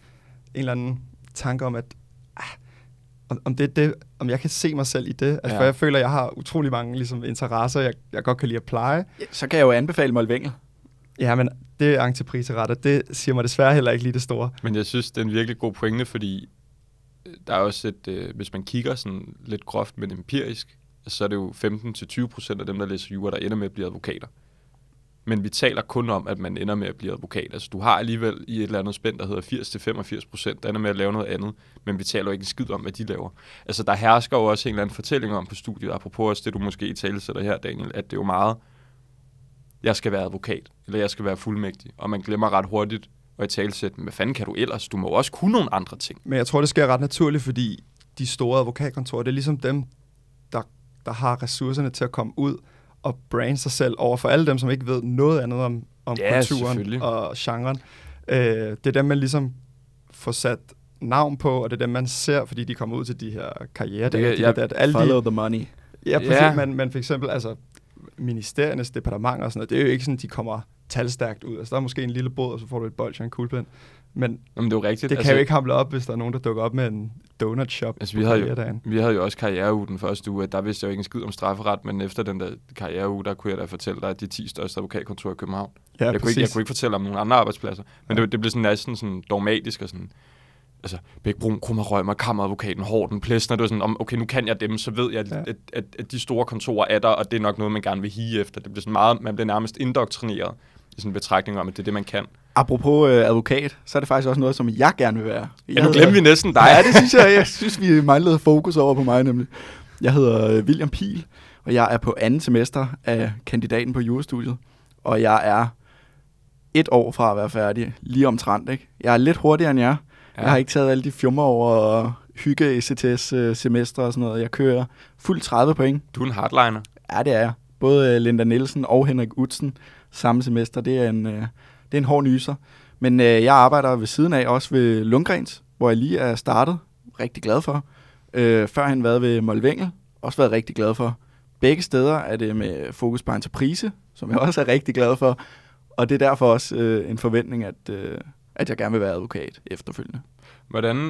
en eller anden tanke om, at ah, om, om, det, det, om jeg kan se mig selv i det. Altså, ja. For jeg føler, at jeg har utrolig mange ligesom, interesser, jeg, jeg godt kan lide at pleje. Ja, så kan jeg jo anbefale Molvengel. Ja, men det er entrepriseret, og det siger mig desværre heller ikke lige det store. Men jeg synes, det er en virkelig god pointe, fordi der er også et, øh, hvis man kigger sådan lidt groft, men empirisk, så er det jo femten til tyve procent af dem, der læser jura, der ender med at blive advokater. Men vi taler kun om, at man ender med at blive advokat. Altså, du har alligevel i et eller andet spænd, der hedder firs til femogfirs procent, der ender med at lave noget andet, men vi taler jo ikke en skid om, hvad de laver. Altså, der hersker jo også en eller anden fortælling om på studiet, apropos også det, du måske i tale sætter her, Daniel, at det er jo meget... jeg skal være advokat, eller jeg skal være fuldmægtig, og man glemmer ret hurtigt at i talesætte, hvad fanden kan du ellers? Du må også kunne nogle andre ting. Men jeg tror, det sker ret naturligt, fordi de store advokatkontorer, det er ligesom dem, der, der har ressourcerne til at komme ud og brande sig selv over for alle dem, som ikke ved noget andet om, om Ja, kulturen og genren. Øh, det er dem, man ligesom får sat navn på, og det er dem, man ser, fordi de kommer ud til de her karrieredage. Det kan- jeg- de, alle Follow de, the money. ja, præcis, Ja. men, men for eksempel, altså, ministeriernes departementer og sådan noget, det er jo ikke sådan, de kommer talstærkt ud. Altså, der er måske en lille båd, og så får du et bolsje og en kuglepen. Men Jamen, det er jo rigtigt. det kan altså, jo ikke hamle op, hvis der er nogen, der dukker op med en donut shop Altså, på vi havde, karrieredagen. jo, vi havde jo også karriereuge den første uge, at der vidste jeg jo ikke en skid om strafferet, men efter den der karriereuge, der kunne jeg da fortælle dig, at de ti største advokatkontorer i København. Ja, jeg, kunne ikke, jeg kunne ikke fortælle om nogle andre arbejdspladser, men det, det blev sådan næsten sådan dogmatisk og sådan, altså, Bækbrun, Krummer, Rømer, Kammeradvokaten, Horten, Plesner, det var sådan, om, okay, nu kan jeg dem, så ved jeg, Ja. at, at, at de store kontorer er der, og det er nok noget, man gerne vil hige efter. Det bliver sådan meget, man bliver nærmest indoktrineret i sådan en betragtning om, at det er det, man kan. Apropos øh, advokat, så er det faktisk også noget, som jeg gerne vil være. Jeg Ja, nu glemmer vi næsten dig. Ja, det synes jeg. Jeg synes, vi manglede fokus over på mig nemlig. Jeg hedder øh, William Pihl, og jeg er på anden semester af kandidaten på jurastudiet. Og jeg er et år fra at være færdig, lige omtrent, ikke? Jeg er lidt hurtigere end jer. Ja. Jeg har ikke taget alle de fjummer over og hygge E C T S-semester og sådan noget. Jeg kører fuldt tredive point. Du er en hardliner. Ja, det er jeg. Både øh, Linda Nielsen og Henrik Utzen samme semester. Det er en, øh, det er en hård nyser. Men øh, jeg arbejder ved siden af, også ved Lundgrens, hvor jeg lige er startet. Rigtig glad for. Øh, førhen været ved Molvengel. Også været rigtig glad for. Begge steder er det med fokus på entreprise, som jeg også er rigtig glad for. Og det er derfor også øh, en forventning, at, øh, at jeg gerne vil være advokat efterfølgende. Hvordan,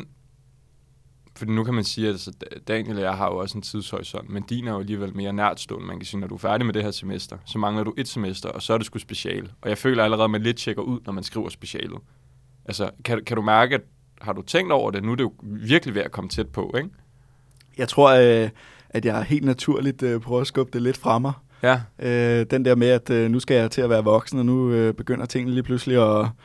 fordi nu kan man sige, at altså, Daniel og jeg har jo også en tidshorisont, men din er jo alligevel mere nærtstående. Man kan sige, når du er færdig med det her semester, så mangler du et semester, og så er det sgu special. Og jeg føler allerede, at man lidt tjekker ud, når man skriver specialet. Altså, kan, kan du mærke, at har du tænkt over det? Nu er det jo virkelig ved at komme tæt på, ikke? Jeg tror, øh, at jeg helt naturligt øh, prøver at skubbe det lidt fra mig. Ja. Øh, den der med, at øh, nu skal jeg til at være voksen, og nu øh, begynder tingene lige pludselig at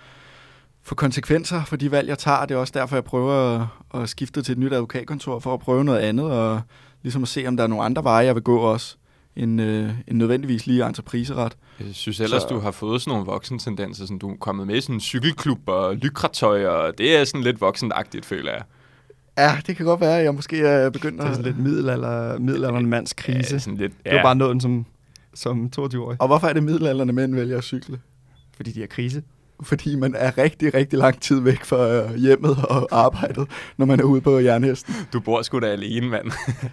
få konsekvenser for de valg, jeg tager. Det er også derfor, jeg prøver at, at skifte til et nyt advokatkontor, for at prøve noget andet, og ligesom at se, om der er nogle andre veje, jeg vil gå også, end, øh, end nødvendigvis lige entrepriseret. Jeg synes ellers, så... du har fået sådan nogle voksentendenser, sådan du er kommet med i sådan en cykelklub og lykratøj, og det er sådan lidt voksenagtigt, føler jeg. Ja, det kan godt være, at jeg måske er begyndt Det er at... sådan lidt middelalder, middelalderen mands krise. Ja, sådan lidt, ja. Det var bare noget den som, som toogtyve-årig, Og hvorfor er det middelalderne mænd vælger at cykle? fordi de har krise. Fordi man er rigtig, rigtig lang tid væk fra øh, hjemmet og arbejdet, når man er ude på jernhesten. Du bor sgu da alene, mand.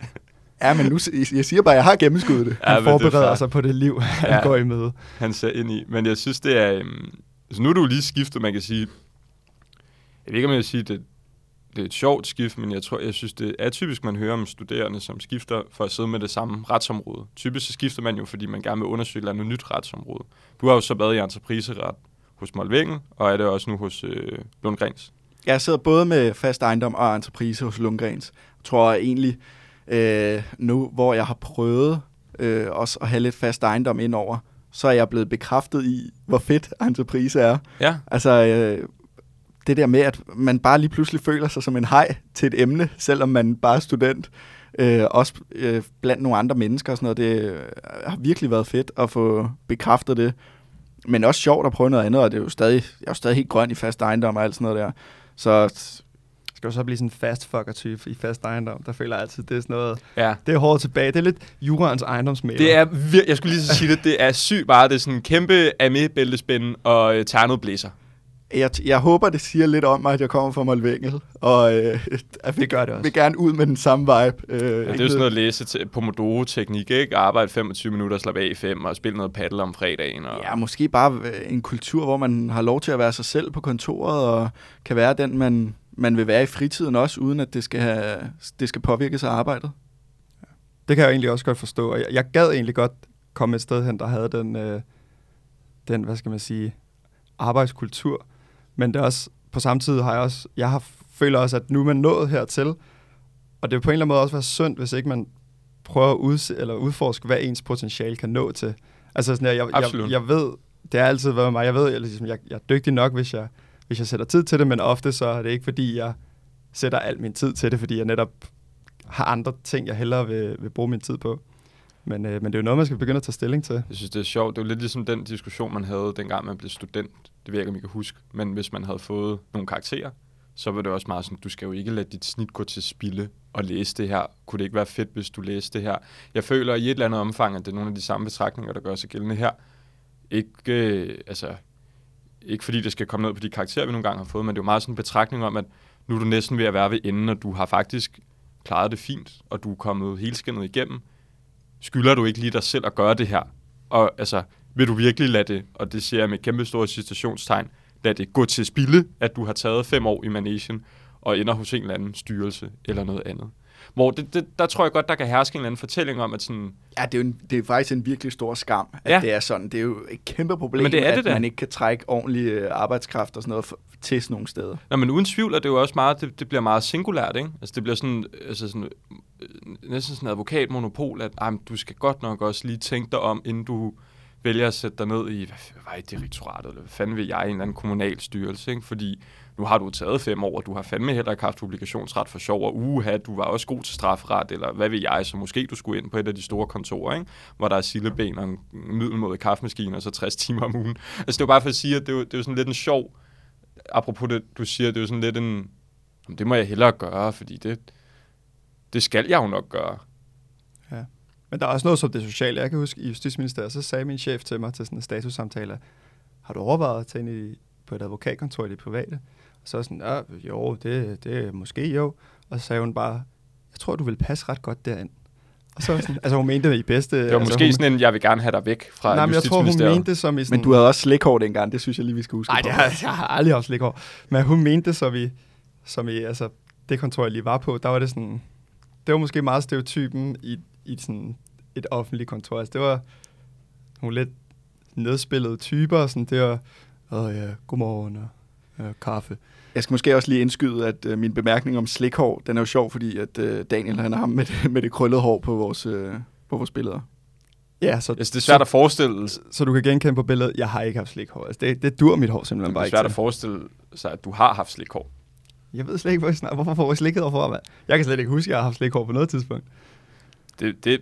Ja, men nu, jeg siger bare, at jeg har gennemskuddet det. Han Ja, men det er forbereder fair. sig på det liv, han Ja. går i møde. Han ser ind i. Men jeg synes, det er... Um, altså nu er du lige skiftet, man kan sige... Jeg ved ikke, om jeg vil sige, det, det er et sjovt skift, men jeg tror, jeg synes, det er typisk, man hører om studerende, som skifter for at sidde med det samme retsområde. Typisk så skifter man jo, fordi man gerne vil undersøge et eller andet nyt retsområde. Du har jo så været i entrepriseret hos Molvengel, og er det også nu hos øh, Lundgrens. Jeg sidder både med fast ejendom og entreprise hos Lundgrens. Jeg tror egentlig, øh, nu hvor jeg har prøvet øh, også at have lidt fast ejendom indover, så er jeg blevet bekræftet i, hvor fedt entreprise er. Ja. Altså, øh, det der med, at man bare lige pludselig føler sig som en haj til et emne, selvom man bare er student, øh, også øh, blandt nogle andre mennesker og sådan noget, det øh, har virkelig været fedt at få bekræftet det. Men også sjovt at prøve noget andet, og det er jo stadig, jeg er jo stadig helt grøn i fast ejendom og alt sådan noget der. Så Skal du så blive sådan en fast fucker-type i fast ejendom? Der føler jeg altid, det er sådan noget... Ja. Det er hårdt tilbage. Det er lidt juraens ejendomsmæler. Det er vir- jeg skulle lige så sige det, det er sygt bare, det er sådan en kæmpe amé-bæltespænde og øh, ternet blæser. jeg, jeg håber, det siger lidt om mig, at jeg kommer fra Molvengel, og øh, at vi Det gør det også. vil gerne ud med den samme vibe. Øh, Ja, det er jo sådan noget at læse til Pomodoro-teknik, ikke? Arbejde femogtyve minutter, slappe af i fem og spille noget paddle om fredagen. Og... Ja, måske bare øh, en kultur, hvor man har lov til at være sig selv på kontoret, og kan være den, man, man vil være i fritiden også, uden at det skal, have, det skal påvirke sig af arbejdet. Det kan jeg jo egentlig også godt forstå. Og jeg, jeg gad egentlig godt komme et sted hen, der havde den, øh, den, hvad skal man sige, arbejdskultur. Men det er også, på samme tid har jeg også, jeg har, føler også, at nu er man nået hertil, og det vil på en eller anden måde også være synd, hvis ikke man prøver at udse, eller udforske, hvad ens potentiale kan nå til. Altså sådan, jeg, jeg, jeg, jeg ved, det har altid været mig, jeg ved, jeg, ligesom, jeg, jeg er dygtig nok, hvis jeg, hvis jeg sætter tid til det, men ofte så er det ikke, fordi jeg sætter al min tid til det, fordi jeg netop har andre ting, jeg hellere vil, vil bruge min tid på. Men, øh, men det er jo noget, man skal begynde at tage stilling til. Jeg synes, det er sjovt. Det er jo lidt ligesom den diskussion, man havde, dengang man blev student. Det ved jeg ikke, om I kan huske. Men hvis man havde fået nogle karakterer, så var det også meget sådan, du skal jo ikke lade dit snit gå til spilde og læse det her. Kunne det ikke være fedt, hvis du læste det her? Jeg føler i et eller andet omfang, at det er nogle af de samme betragtninger, der gør sig gældende her. Ikke, øh, altså, ikke fordi det skal komme ned på de karakterer, vi nogle gange har fået, men det er jo meget sådan en betragtning om, at nu er du næsten ved at være ved enden, og du har faktisk klaret det fint, og du er kommet helskindet igennem. Skylder du ikke lige dig selv at gøre det her? Og altså, vil du virkelig lade det, og det siger jeg med kæmpe store citationstegn, lad det gå til spilde, at du har taget fem år i Managen, og ender hos en eller anden styrelse, eller noget andet. Hvor det, det, der tror jeg godt, der kan herske en eller anden fortælling om, at sådan... Ja, det er, jo en, det er faktisk en virkelig stor skam, at ja. det er sådan. Det er jo et kæmpe problem, men det er det at da. man ikke kan trække ordentlig arbejdskraft og sådan noget for, til sådan nogle steder. Nå, men uden tvivl er det jo også meget, det, det bliver meget singulært, ikke? Altså det bliver sådan, altså sådan næsten sådan en advokatmonopol, at ej, du skal godt nok også lige tænke dig om, inden du vælger at sætte dig ned i, hvad var i direktoratet, eller hvad fanden vil jeg, en eller anden kommunal styrelse, ikke? Fordi nu har du taget fem år, og du har fandme heller ikke haft publikationsret for sjov, og uha, du var også god til strafferet, eller hvad vil jeg, så måske du skulle ind på et af de store kontorer, ikke? Hvor der er sildeben og en middelmåde kaffemaskine, og så tres timer om ugen. Altså det er jo bare for at sige, at det er jo, det er jo sådan lidt en sjov, apropos det, du siger, det er jo sådan lidt en, det må jeg hellere gøre, fordi det, det skal jeg jo nok gøre. Ja. Men der er også noget som det sociale. Jeg kan huske, i Justitsministeriet, så sagde min chef til mig til sådan en statussamtale, har du overvejet at tage ind i, på et advokatkontor i det private? Og så sådan, ja, jo, det, det er måske jo. Og så sagde hun bare, jeg tror, du vil passe ret godt derind. Og så sådan, altså hun mente det i bedste... Det var altså, måske hun, sådan en, jeg vil gerne have dig væk fra nej, men jeg tror, hun Justitsministeriet. mente det som i sådan... Men du havde også slikhår dengang, det synes jeg lige, vi skal huske. Nej, det har, jeg har aldrig haft slikhår. Men hun mente det som i, som i, altså det kontor, jeg lige var på, der var det sådan... Det var måske meget stereotypen i, i sådan et offentligt kontor. Altså det var nogle lidt nedspillede typer, sådan det var, åh ja, godmorgen og øh, kaffe. Jeg skal måske også lige indskyde, at øh, min bemærkning om slikhår, den er jo sjov, fordi at øh, Daniel han har ham med det, med det krøllede hår på vores, øh, på vores billeder. Ja, så, altså, det er svært så, at forestille så, så du kan genkende på billedet, jeg har ikke haft slikhår. Altså det, det dur mit hår simpelthen bare ikke. Det er svært at forestille sig, at du har haft slikhår. Jeg ved slet ikke, hvor hvorfor får jeg slikket overfor, hvad? Jeg kan slet ikke huske, at jeg har haft slikhår på noget tidspunkt. Det, det,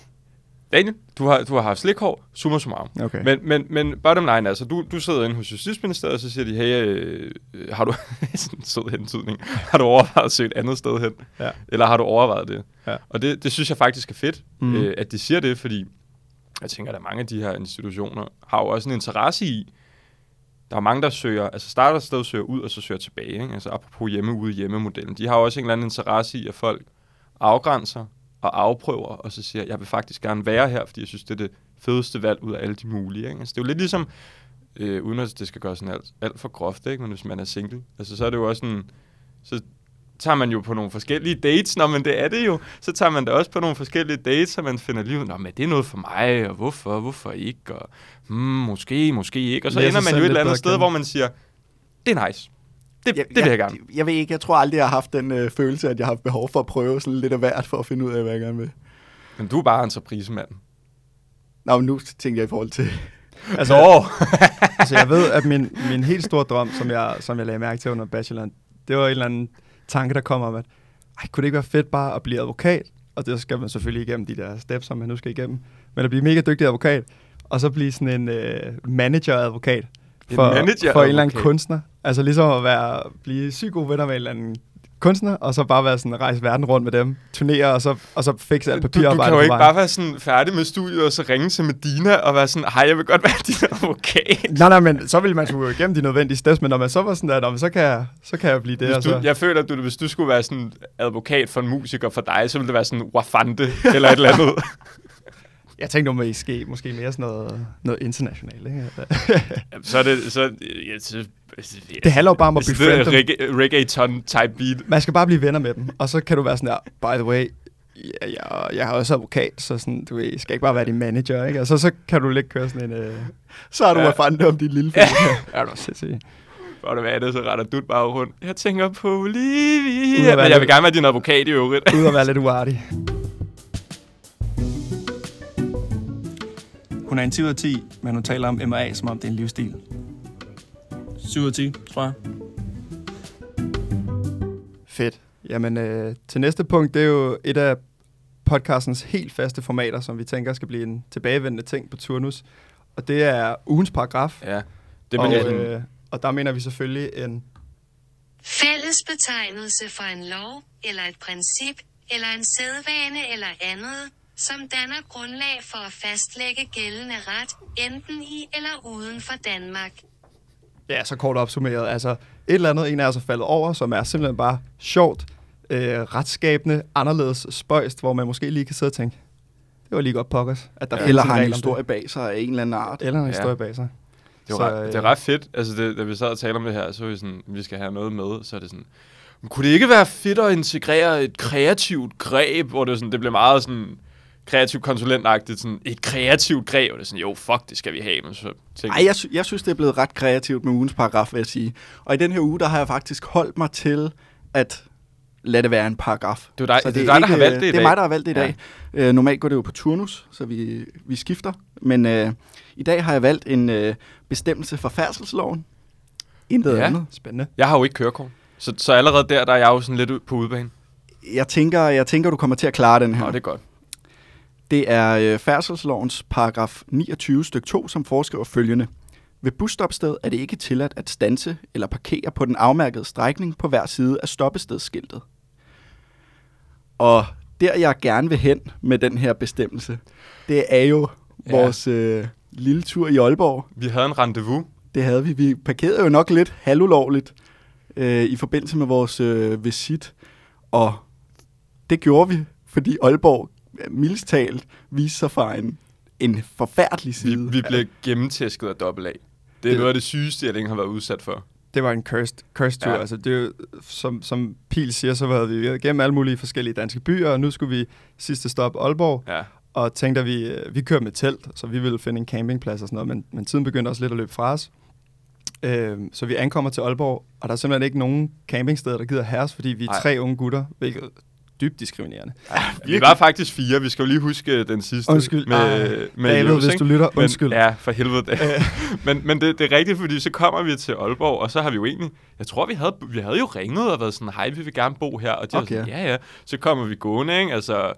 Daniel, du har, du har haft slikhår, summa summarum. Okay. Men, men, men bottom line, altså, du, du sidder inde hos Justitsministeriet, og så siger de, hey, øh, har du, sådan en sød hentydning, har du overvejet at søge et andet sted hen? Ja. Eller har du overvejet det? Ja. Og det, det synes jeg faktisk er fedt, mm. øh, at de siger det, fordi jeg tænker, at mange af de her institutioner har jo også en interesse i, der er mange, der søger, altså starter et sted, søger ud, og så søger tilbage, ikke? Altså apropos hjemme-ude-hjemme-modellen. De har også en eller anden interesse i, at folk afgrænser og afprøver, og så siger, jeg vil faktisk gerne være her, fordi jeg synes, det er det fedeste valg ud af alle de mulige. Ikke? Altså, det er jo lidt ligesom, øh, uden at det skal gøre sådan alt, alt for groft, ikke? Men hvis man er single, altså, så er det jo også sådan, så tager man jo på nogle forskellige dates, nå, men det er det jo, så tager man da også på nogle forskellige dates, så man finder lige ud, nå, men det er noget for mig, og hvorfor, hvorfor ikke, og hmm, måske, måske ikke, og så ender man jo et eller andet sted, hvor man siger, det er nice. Det, jeg, det vil jeg, jeg gerne. Jeg, jeg ved ikke, jeg tror aldrig, jeg har haft den øh, følelse, at jeg har haft behov for at prøve sådan lidt af hvert, for at finde ud af, hvad jeg gerne vil. Men du er bare entreprisemand. Nå, men nu tænker jeg i forhold til... altså, altså, jeg ved, at min, min helt store drøm, som jeg, som jeg lagde mærke til under bacheloren, det var en eller anden tanke, der kom om, at ej, kunne det ikke være fedt bare at blive advokat? Og det skal man selvfølgelig igennem de der steps, som man nu skal igennem. Men at blive mega dygtig advokat, og så blive sådan en øh, manager-advokat. For, manager for en eller anden kunstner. Altså ligesom at være, blive sygt gode venner med en eller anden kunstner, og så bare være sådan, rejse verden rundt med dem, turnere, og så, og så fikse alt papirarbejde. Du, du kan jo ikke bare være sådan færdig med studiet, og så ringe til Medina, og være sådan, hej, jeg vil godt være din advokat. Nej, nej, men så ville man jo igennem de nødvendige steps, men når man så var sådan der, så kan jeg, så kan jeg blive det. Hvis du, så. Jeg føler, at du, hvis du skulle være sådan advokat for en musiker for dig, så ville det være sådan Wafande, eller et eller andet. Jeg tænkte måske, måske mere sådan noget, noget internationalt, ikke? Jamen, så er det... Så, ja, så, det handler jo bare om at befriende dem. Regga- reggaeton-type beat. Man skal bare blive venner med dem, og så kan du være sådan der, by the way, jeg, jeg, jeg har også advokat, så sådan, du ved, skal ikke bare være din manager, ikke? Og så, så kan du lidt køre sådan en... Øh... Så har du ja. Fanden om din lille film. Ja, du skal se. For det hvad det, så retter du bare rundt. Jeg tænker på Olivia. Men jeg vil gerne være din advokat i øvrigt. Ud at være lidt uartig. Hun er en ti ud af ti, men hun taler om M R A, som om det er en livsstil. syv ud af ti, tror jeg. Fedt. Jamen, øh, til næste punkt, det er jo et af podcastens helt faste formater, som vi tænker skal blive en tilbagevendende ting på Turnus. Og det er ugens paragraf. Ja. Det og, er øh, og der mener vi selvfølgelig en... Fællesbetegnelse for en lov, eller et princip, eller en sædvane eller andet, som danner grundlag for at fastlægge gældende ret, enten i eller uden for Danmark. Ja, så kort opsummeret. Altså, et eller andet en af os er faldet over, som er simpelthen bare sjovt, øh, retskabende, anderledes spøjst, hvor man måske lige kan sidde og tænke, det var lige godt pokkers. At der Ja. Eller har en regel om historie bag sig af en eller anden art. det. Eller en Ja. historie bag sig. Det er, Så, ret, det er øh, ret fedt. Altså, det, da vi sad og talte om det her, så var vi sådan, vi skal have noget med, så er det sådan, men kunne det ikke være fedt at integrere et kreativt greb, hvor det, sådan, det blev meget sådan kreativt konsulentagtigt, sådan et kreativt greb, og det er sådan, jo, fuck, det skal vi have. Men så tænkte, Ej, jeg, sy- jeg synes, det er blevet ret kreativt med ugens paragraf, vil jeg sige. Og i den her uge, der har jeg faktisk holdt mig til at lade det være en paragraf. Det er dig- Så det er dig, der har valgt det i Det dag. er mig, der har valgt det i Ja. dag. Øh, normalt går det jo på turnus, så vi, vi skifter. Men øh, i dag har jeg valgt en øh, bestemmelse for færdselsloven. Intet Ja. andet. Spændende. jeg har jo ikke kørekort. Så, så allerede der, der er jeg jo sådan lidt ud på udebane. Jeg tænker, jeg tænker, du kommer til at klare den her. Nå, det er godt. Det er øh, færdselslovens paragraf niogtyve stykke to, som foreskriver følgende. Ved busstopsted er det ikke tilladt at standse eller parkere på den afmærkede strækning på hver side af stoppestedsskiltet. Og der jeg gerne vil hen med den her bestemmelse, det er jo Ja. vores øh, lille tur i Aalborg. Vi havde en rendezvous. Det havde vi. Vi parkerede jo nok lidt halvulovligt øh, i forbindelse med vores øh, visit. Og det gjorde vi, fordi Aalborg mildest talt viste sig fra en, en forfærdelig Vi, side. vi blev gennemtæsket af dobbelt A. Det er Det- noget af det sygeste, jeg længe har været udsat for. Det var en cursed, cursed tur. Ja. Altså, det er jo, som, som Pil siger, så var vi gennem alle mulige forskellige danske byer, og nu skulle vi sidste stop Aalborg, Ja. og tænkte, at vi, øh, vi kører med telt, så vi ville finde en campingplads og sådan noget, men, men tiden begyndte også lidt at løbe fra os. Øh, så vi ankommer til Aalborg, og der er simpelthen ikke nogen campingsteder, der gider have os, fordi vi er Ej. tre unge gutter, hvilket er dybt diskriminerende. Vi var faktisk fire. Vi skal jo lige huske den sidste. Undskyld. Med, Ej, med David, Jøs, hvis ikke? du lytter, Men- undskyld. Ja, for helvede. men men det, det er rigtigt, fordi så kommer vi til Aalborg, og så har vi jo egentlig... Jeg tror, vi havde, vi havde jo ringet og været sådan, hej, vi vil gerne bo her. Og de Okay. var sådan, ja, ja. Så kommer vi gående, ikke? Altså...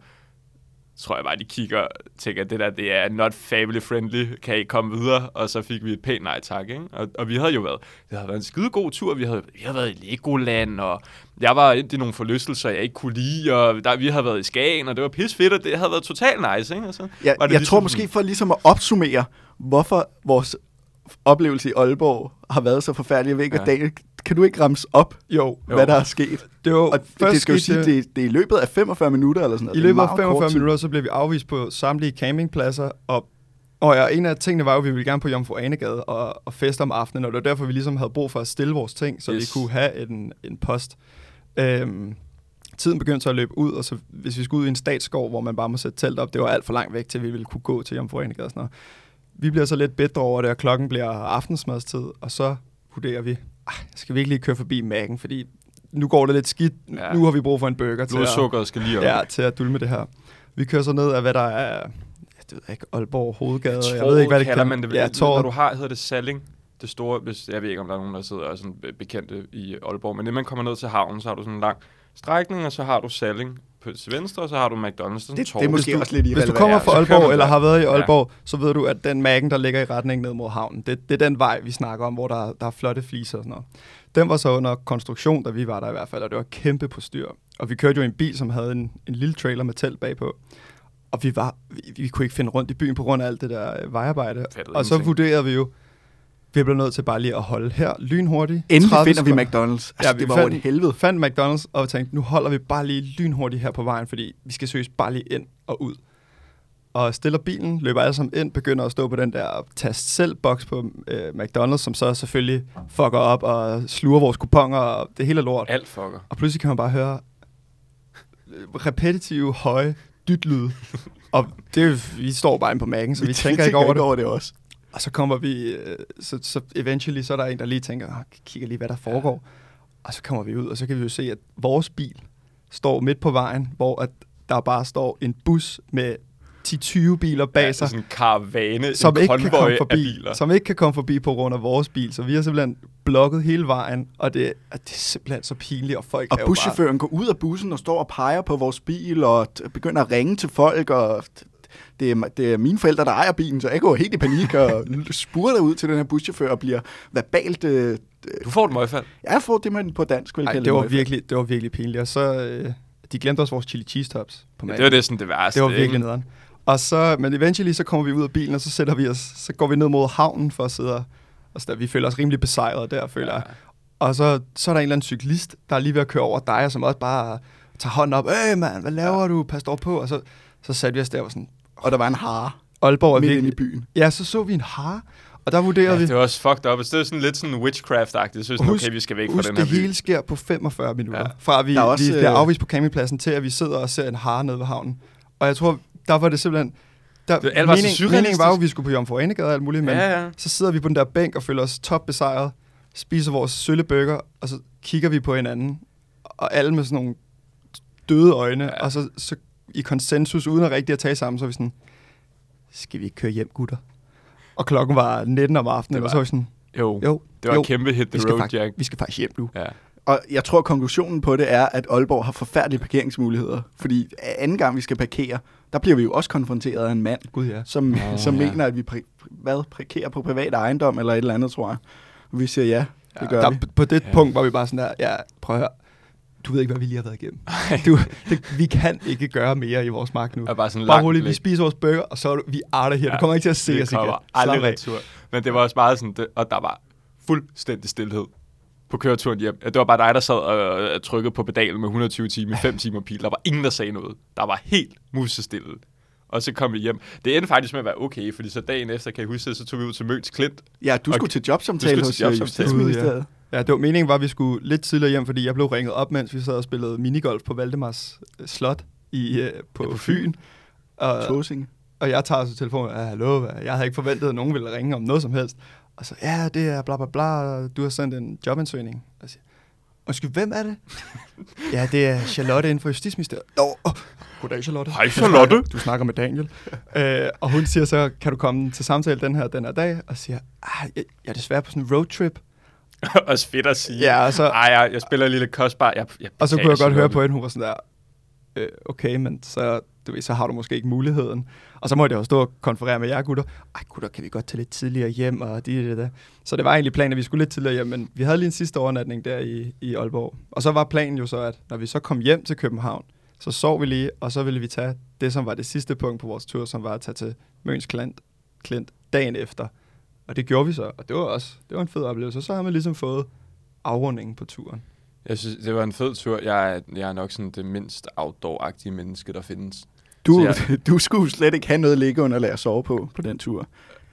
tror jeg bare, de kigger og tænker, det der, det er not family friendly, kan I komme videre? Og så fik vi et pænt nej tak, ikke? Og, og vi havde jo været, det havde været en skide god tur, vi havde, vi havde været i Legoland, og jeg var ind i nogle forlystelser, jeg ikke kunne lide, og der, vi havde været i Skagen, og det var pis fedt, og det havde været totalt nice, ikke? Og så Jeg, var det jeg ligesom tror måske for ligesom at opsummere, hvorfor vores oplevelse i Aalborg har været så forfærdelig. Jeg ved ikke, Ja. ja. Daniel, kan du ikke ramse op, Jo, hvad der er sket? det var Og først det skal jo skete sige, det, det er i løbet af femogfyrre minutter eller sådan noget. I Det er løbet af meget femogfyrre kort tid. minutter, så blev vi afvist på samtlige campingpladser, og, og ja, en af tingene var jo, at vi ville gerne på Jomfru Anegade og, og feste om aftenen, og det var derfor, vi ligesom havde brug for at stille vores ting, så Yes. vi kunne have en, en post. Øhm, tiden begyndte så at løbe ud, og så hvis vi skulle ud i en statsskov, hvor man bare må sætte telt op, det var alt for langt væk til, at vi ville kunne gå til Jomfru Anegade og sådan noget. Vi bliver så lidt bedre over det, og klokken bliver aftensmadstid, og så vurderer vi, "Ej, skal vi ikke lige køre forbi Mac'en, fordi nu går det lidt skidt, Ja. ja. nu har vi brug for en burger til at, blodsukkeret skal lige op. ja, til at dulme det her. Vi kører så ned af, hvad der er, jeg ved ikke, Aalborg Hovedgade, jeg, Torvet ved ikke, hvad det kalder kan. man det. Ja, Når Torvet. du har, hedder det Salling. Det store, hvis, jeg ved ikke, om der er nogen, der sidder og er sådan be- bekendte i Aalborg, men når man kommer ned til havnen, så har du sådan en lang strækning, og så har du Salling på til venstre, og så har du McDonald's. Det, det er måske også lidt Hvis du irrelevant. kommer ja, fra så kører Aalborg, man eller der. har været i Ja. Aalborg, så ved du, at den Mac'en, der ligger i retning ned mod havnen, det, det er den vej, vi snakker om, hvor der, der er flotte fliser og sådan noget. Den var så under konstruktion, da vi var der i hvert fald, og det var kæmpe på styr. Og vi kørte jo i en bil, som havde en, en lille trailer med telt bagpå. Og vi, var, vi, vi kunne ikke finde rundt i byen på grund af alt det der øh, vejarbejde. Fattede Og så ingenting. vurderede vi jo, vi blev nødt til bare lige at holde her lynhurtigt. Endelig tredive finder vi sekunder. McDonald's. Altså, Ja, ja, vi det var jo fandt- et helvede. fandt McDonald's og tænkte, nu holder vi bare lige lynhurtigt her på vejen, fordi vi skal søges bare lige ind og ud. Og stiller bilen, løber alle sammen ind, begynder at stå på den der tast selv-boks på øh, McDonald's, som så selvfølgelig fucker op og sluger vores kuponer, og det hele er lort. Alt fucker. Og pludselig kan man bare høre øh, repetitive, høje dytlyde. Og det, er jo- vi står bare inde på Mac'en, så vi, vi tænker ikke over det. over det også. Og så kommer vi, øh, så, så eventually, så er der en, der lige tænker, "Åh, kigger lige, hvad der foregår." Og så kommer vi ud, og så kan vi jo se, at vores bil står midt på vejen, hvor at der bare står en bus med ti tyve biler bag ja, sig. sådan en karavane, som en ikke kan komme af forbi, biler. som ikke kan komme forbi på grund af vores bil. Så vi har simpelthen blokket hele vejen, og det, det er simpelthen så pinligt, og folk Og er jo buschaufføren går ud af bussen og står og peger på vores bil, og t- begynder at ringe til folk, og det er, det er mine forældre, der ejer bilen, så jeg går helt i panik og spurter ud til den her buschauffør og bliver verbalt... Øh, Du får et møgfald. jeg får det, man på dansk vil Ej, kalde det var møgfald. virkelig, det var virkelig pinligt. Og så, øh, de glemte også vores chili cheese tops på Ja, maden. det var det sådan det værste. Det var virkelig ikke? nederen. Og så, men eventually så kommer vi ud af bilen, og så sætter vi os, så går vi ned mod havnen for at sidde og, og så, vi føler os rimelig besejret der, føler jeg. Og så, så er der en eller anden cyklist, der er lige ved at køre over dig, og som også bare tager hånden op. Øh mand, hvad laver ja. du? Pas dog på. Og så, så satte vi os der og sådan, Og der var en hare Aalborg er midt virkelig... inde i byen. Ja, så så vi en hare, og der vurderede Ja, vi... det var også fucked up. Det var sådan lidt sådan witchcraft-agtigt. Så sådan, Husk- okay, vi skal væk fra Husk, den her det by. hele sker på femogfyrre minutter. Ja. Ja. Fra at vi, Der er også, vi bliver øh, afvist på campingpladsen til, at vi sidder og ser en hare nede ved havnen. Og jeg tror, der var det simpelthen... Der, Det- alt var så mening, surrealistisk. meningen var jo, at vi skulle på Jomfru Anegade og alt muligt, men Ja, ja. så sidder vi på den der bænk og føler os topbesejret, spiser vores sølle burger, og så kigger vi på hinanden, og alle med sådan nogle døde øjne, Ja. og så, så i konsensus, uden at rigtig at tage sammen, så er vi sådan, skal vi ikke køre hjem, gutter? Og klokken var nitten om aftenen, Det var- og så var vi sådan, Jo, jo, det var jo, et kæmpe hit vi the skal, road, fakt- Jack. vi skal faktisk hjem nu. Ja. Og jeg tror, konklusionen på det er, at Aalborg har forfærdelige parkeringsmuligheder. Fordi anden gang, vi skal parkere, der bliver vi jo også konfronteret af en mand, Gud ja. som, Åh, som ja. mener, at vi præ- hvad, parkerer på privat ejendom eller et eller andet, tror jeg. Og vi siger ja, det gør Der, vi. på det Ja. punkt var vi bare sådan der, ja, prøv at høre, du ved ikke, hvad vi lige har været igennem. Du, det, vi kan ikke gøre mere i vores magt nu. Og bare sådan Bare langt roligt, vi blik. spiser vores burger, og så er du, vi er der her. Ja, Du kommer ikke til at se Det os igen. kommer aldrig Slap af. retur. Men det var også meget sådan, det, og der var fuldstændig stillhed på køreturen hjem. Det var bare dig, der sad og, og trykkede på pedalen med hundrede og tyve timer i fem timer pil. Der var ingen, der sagde noget. Der var helt musestille. Og så kom vi hjem. Det endte faktisk med at være okay, fordi så dagen efter, kan jeg huske, så tog vi ud til Møns Klint. Ja, du skulle Og- til jobsamtale du hos skulle til øh, jobsamtale. Justitsministeriet. Ja, det var meningen var, at vi skulle lidt tidligere hjem, fordi jeg blev ringet op, mens vi sad og spillede minigolf på Valdemars øh, Slot i, øh, på, Ja, på på Fyn. Og, Tåsinge. og jeg tager så telefonen, ja, hallo, jeg havde ikke forventet, at nogen ville ringe om noget som helst. Og så, ja, det er bla bla bla, du har sendt en jobansøgning. Og jeg siger, undskyld, hvem er det? Ja, det er Charlotte inden for Justitsministeriet. Nå, oh, goddag Charlotte. Hej, Charlotte. Du snakker med Daniel. øh, og hun siger så, kan du komme til samtale den her, den her dag? Og siger, ah, jeg, jeg er desværre på sådan en roadtrip. Også fedt at sige. Ja, og så, Ej, jeg, jeg spiller lige lidt kostbar. Jeg, jeg og så beklager, kunne jeg godt Charlotte. høre på hende, hun var sådan der, øh, okay, men så, du ved, så har du måske ikke muligheden. Og så måtte jeg jo stå og konferere med jer gutter. Ej gutter, kan vi godt tage lidt tidligere hjem? Og det, det, det. Så det var egentlig planen, at vi skulle lidt tidligere hjem, men vi havde lige en sidste overnatning der i, i Aalborg. Og så var planen jo så, at når vi så kom hjem til København, så sov vi lige, og så ville vi tage det, som var det sidste punkt på vores tur, som var at tage til Møns Klint, Klint dagen efter. Og det gjorde vi så, og det var også det var en fed oplevelse. Og så har man ligesom fået afrundingen på turen. Jeg synes, det var en fed tur. Jeg er, jeg er nok sådan det mindst outdoor-agtige menneske, der findes. Du, Så du skulle slet ikke have noget liggeunderlag at sove på, på den tur.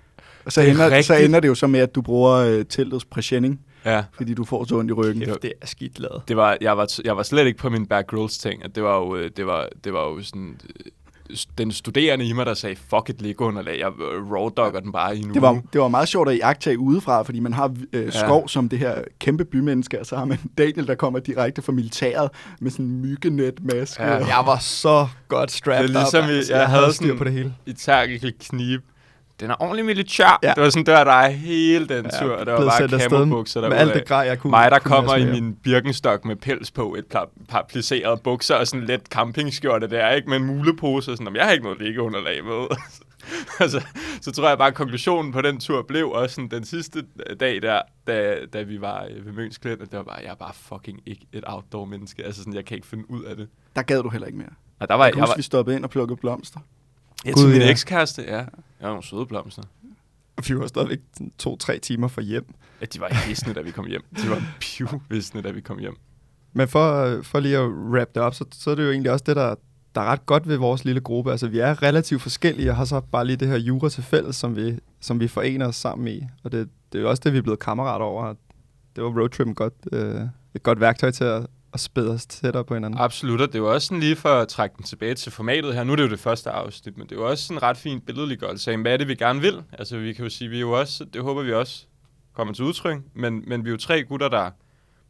Og så Det er ender, så rigtigt. ender det jo så med, at du bruger øh, teltets præsending, Ja. fordi du får så ondt i ryggen. Kæft, det er skidt lavet. Det var, jeg, var, jeg var slet ikke på min Bear Grylls ting. At det var jo, øh, det var, det var jo sådan øh, den studerende i mig, der sagde, fuck et liggeunderlag. Jeg øh, rawdogger den bare i en Det uge. var, det var meget sjovt at iagttage udefra, fordi man har øh, skov Ja. som det her kæmpe bymenneske, og så har man Daniel, der kommer direkte fra militæret med sådan en myggenetmaske. Ja. og- Jeg var så godt strapped Det er ligesom up. i- Altså, jeg jeg havde havde styr sådan- på det hele. I tærkel knib. Den er ordentlig militær. Ja. Det var sådan, der der er hele den Ja, tur. Og der var blevet bare sendt afsted kamobukser med derude alt af. det grej, jeg kunne. Mig, der kunne kommer i masse med. min Birkenstock med pels på, et par, par plisserede bukser og sådan lidt campingskjorte der, ikke? Med en mulepose og sådan, "Om jeg har ikke noget liggeunderlag med." altså, så tror jeg bare, at konklusionen på den tur blev også sådan, den sidste dag der, da, da vi var øh, ved Møns Klint, og det var bare, jeg er bare fucking ikke et outdoor-menneske. Altså sådan, jeg kan ikke finde ud af det. Der gad du heller ikke mere. Og der var, Jeg jeg, kan jeg huske, var, vi stoppede ind og plukkede blomster. jeg Gud, til min ja. ekskæreste, ja. Jeg var nogle søde blomster. Vi var stadigvæk sådan to-tre timer fra hjem. Ja, de var ikke visne, da vi kom hjem. De var pivvisne, da vi kom hjem. Men for, for lige at wrap det op, så, så er det jo egentlig også det, der, der er ret godt ved vores lille gruppe. Altså, vi er relativt forskellige, og har så bare lige det her jura til fælles, som vi, som vi forener os sammen i. Og det, det er jo også det, vi er blevet kammerater over. Det var roadtrippen godt, øh, et godt værktøj til at, at spæde os tættere på hinanden. Absolut, og det var også sådan lige for at trække den tilbage til formatet her. Nu er det jo det første afsnit, men det er jo også sådan en ret fint billedliggørelse af, hvad er det, vi gerne vil. Altså, vi kan jo sige, vi er jo også, det håber vi også kommer til udtryk, men, men vi er jo tre gutter, der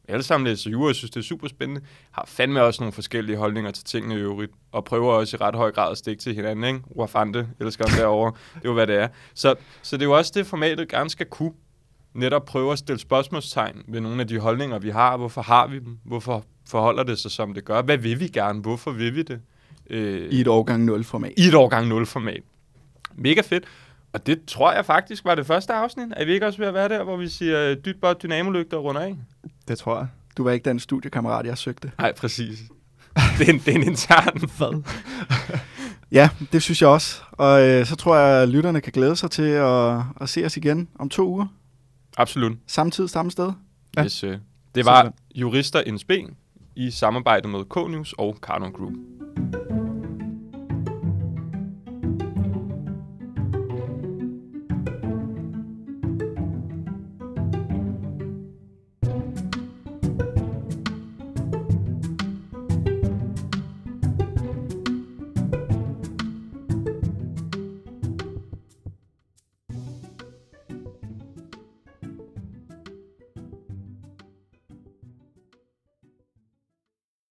alle sammen læser jura, jeg synes, det er super spændende, har fandme også nogle forskellige holdninger til tingene i øvrigt, og prøver også i ret høj grad at stikke til hinanden, ikke? Uafante, elsker ham derovre, det er jo, hvad det er. Så, så det er jo også det, formatet gerne skal kunne netop prøve at stille spørgsmålstegn ved nogle af de holdninger, vi har. Hvorfor har vi dem? Hvorfor forholder det sig, som det gør? Hvad vil vi gerne? Hvorfor vil vi det? Øh, I et årgang nul-format. I et årgang nul-format. Mega fedt. Og det tror jeg faktisk var det første afsnit. Er vi ikke også ved at være der, hvor vi siger dytbot, dynamolygter og runder af? Det tror jeg. Du var ikke den studiekammerat, jeg søgte. Nej, præcis. Det er en, det er en intern. Hvad? Ja, det synes jeg også. Og øh, så tror jeg, at lytterne kan glæde sig til at, at se os igen om to uger. Absolut. Samme tid, samme sted. Ja. Yes, øh. Det var Jurister in Spe i samarbejde med K-News og Karnon Group.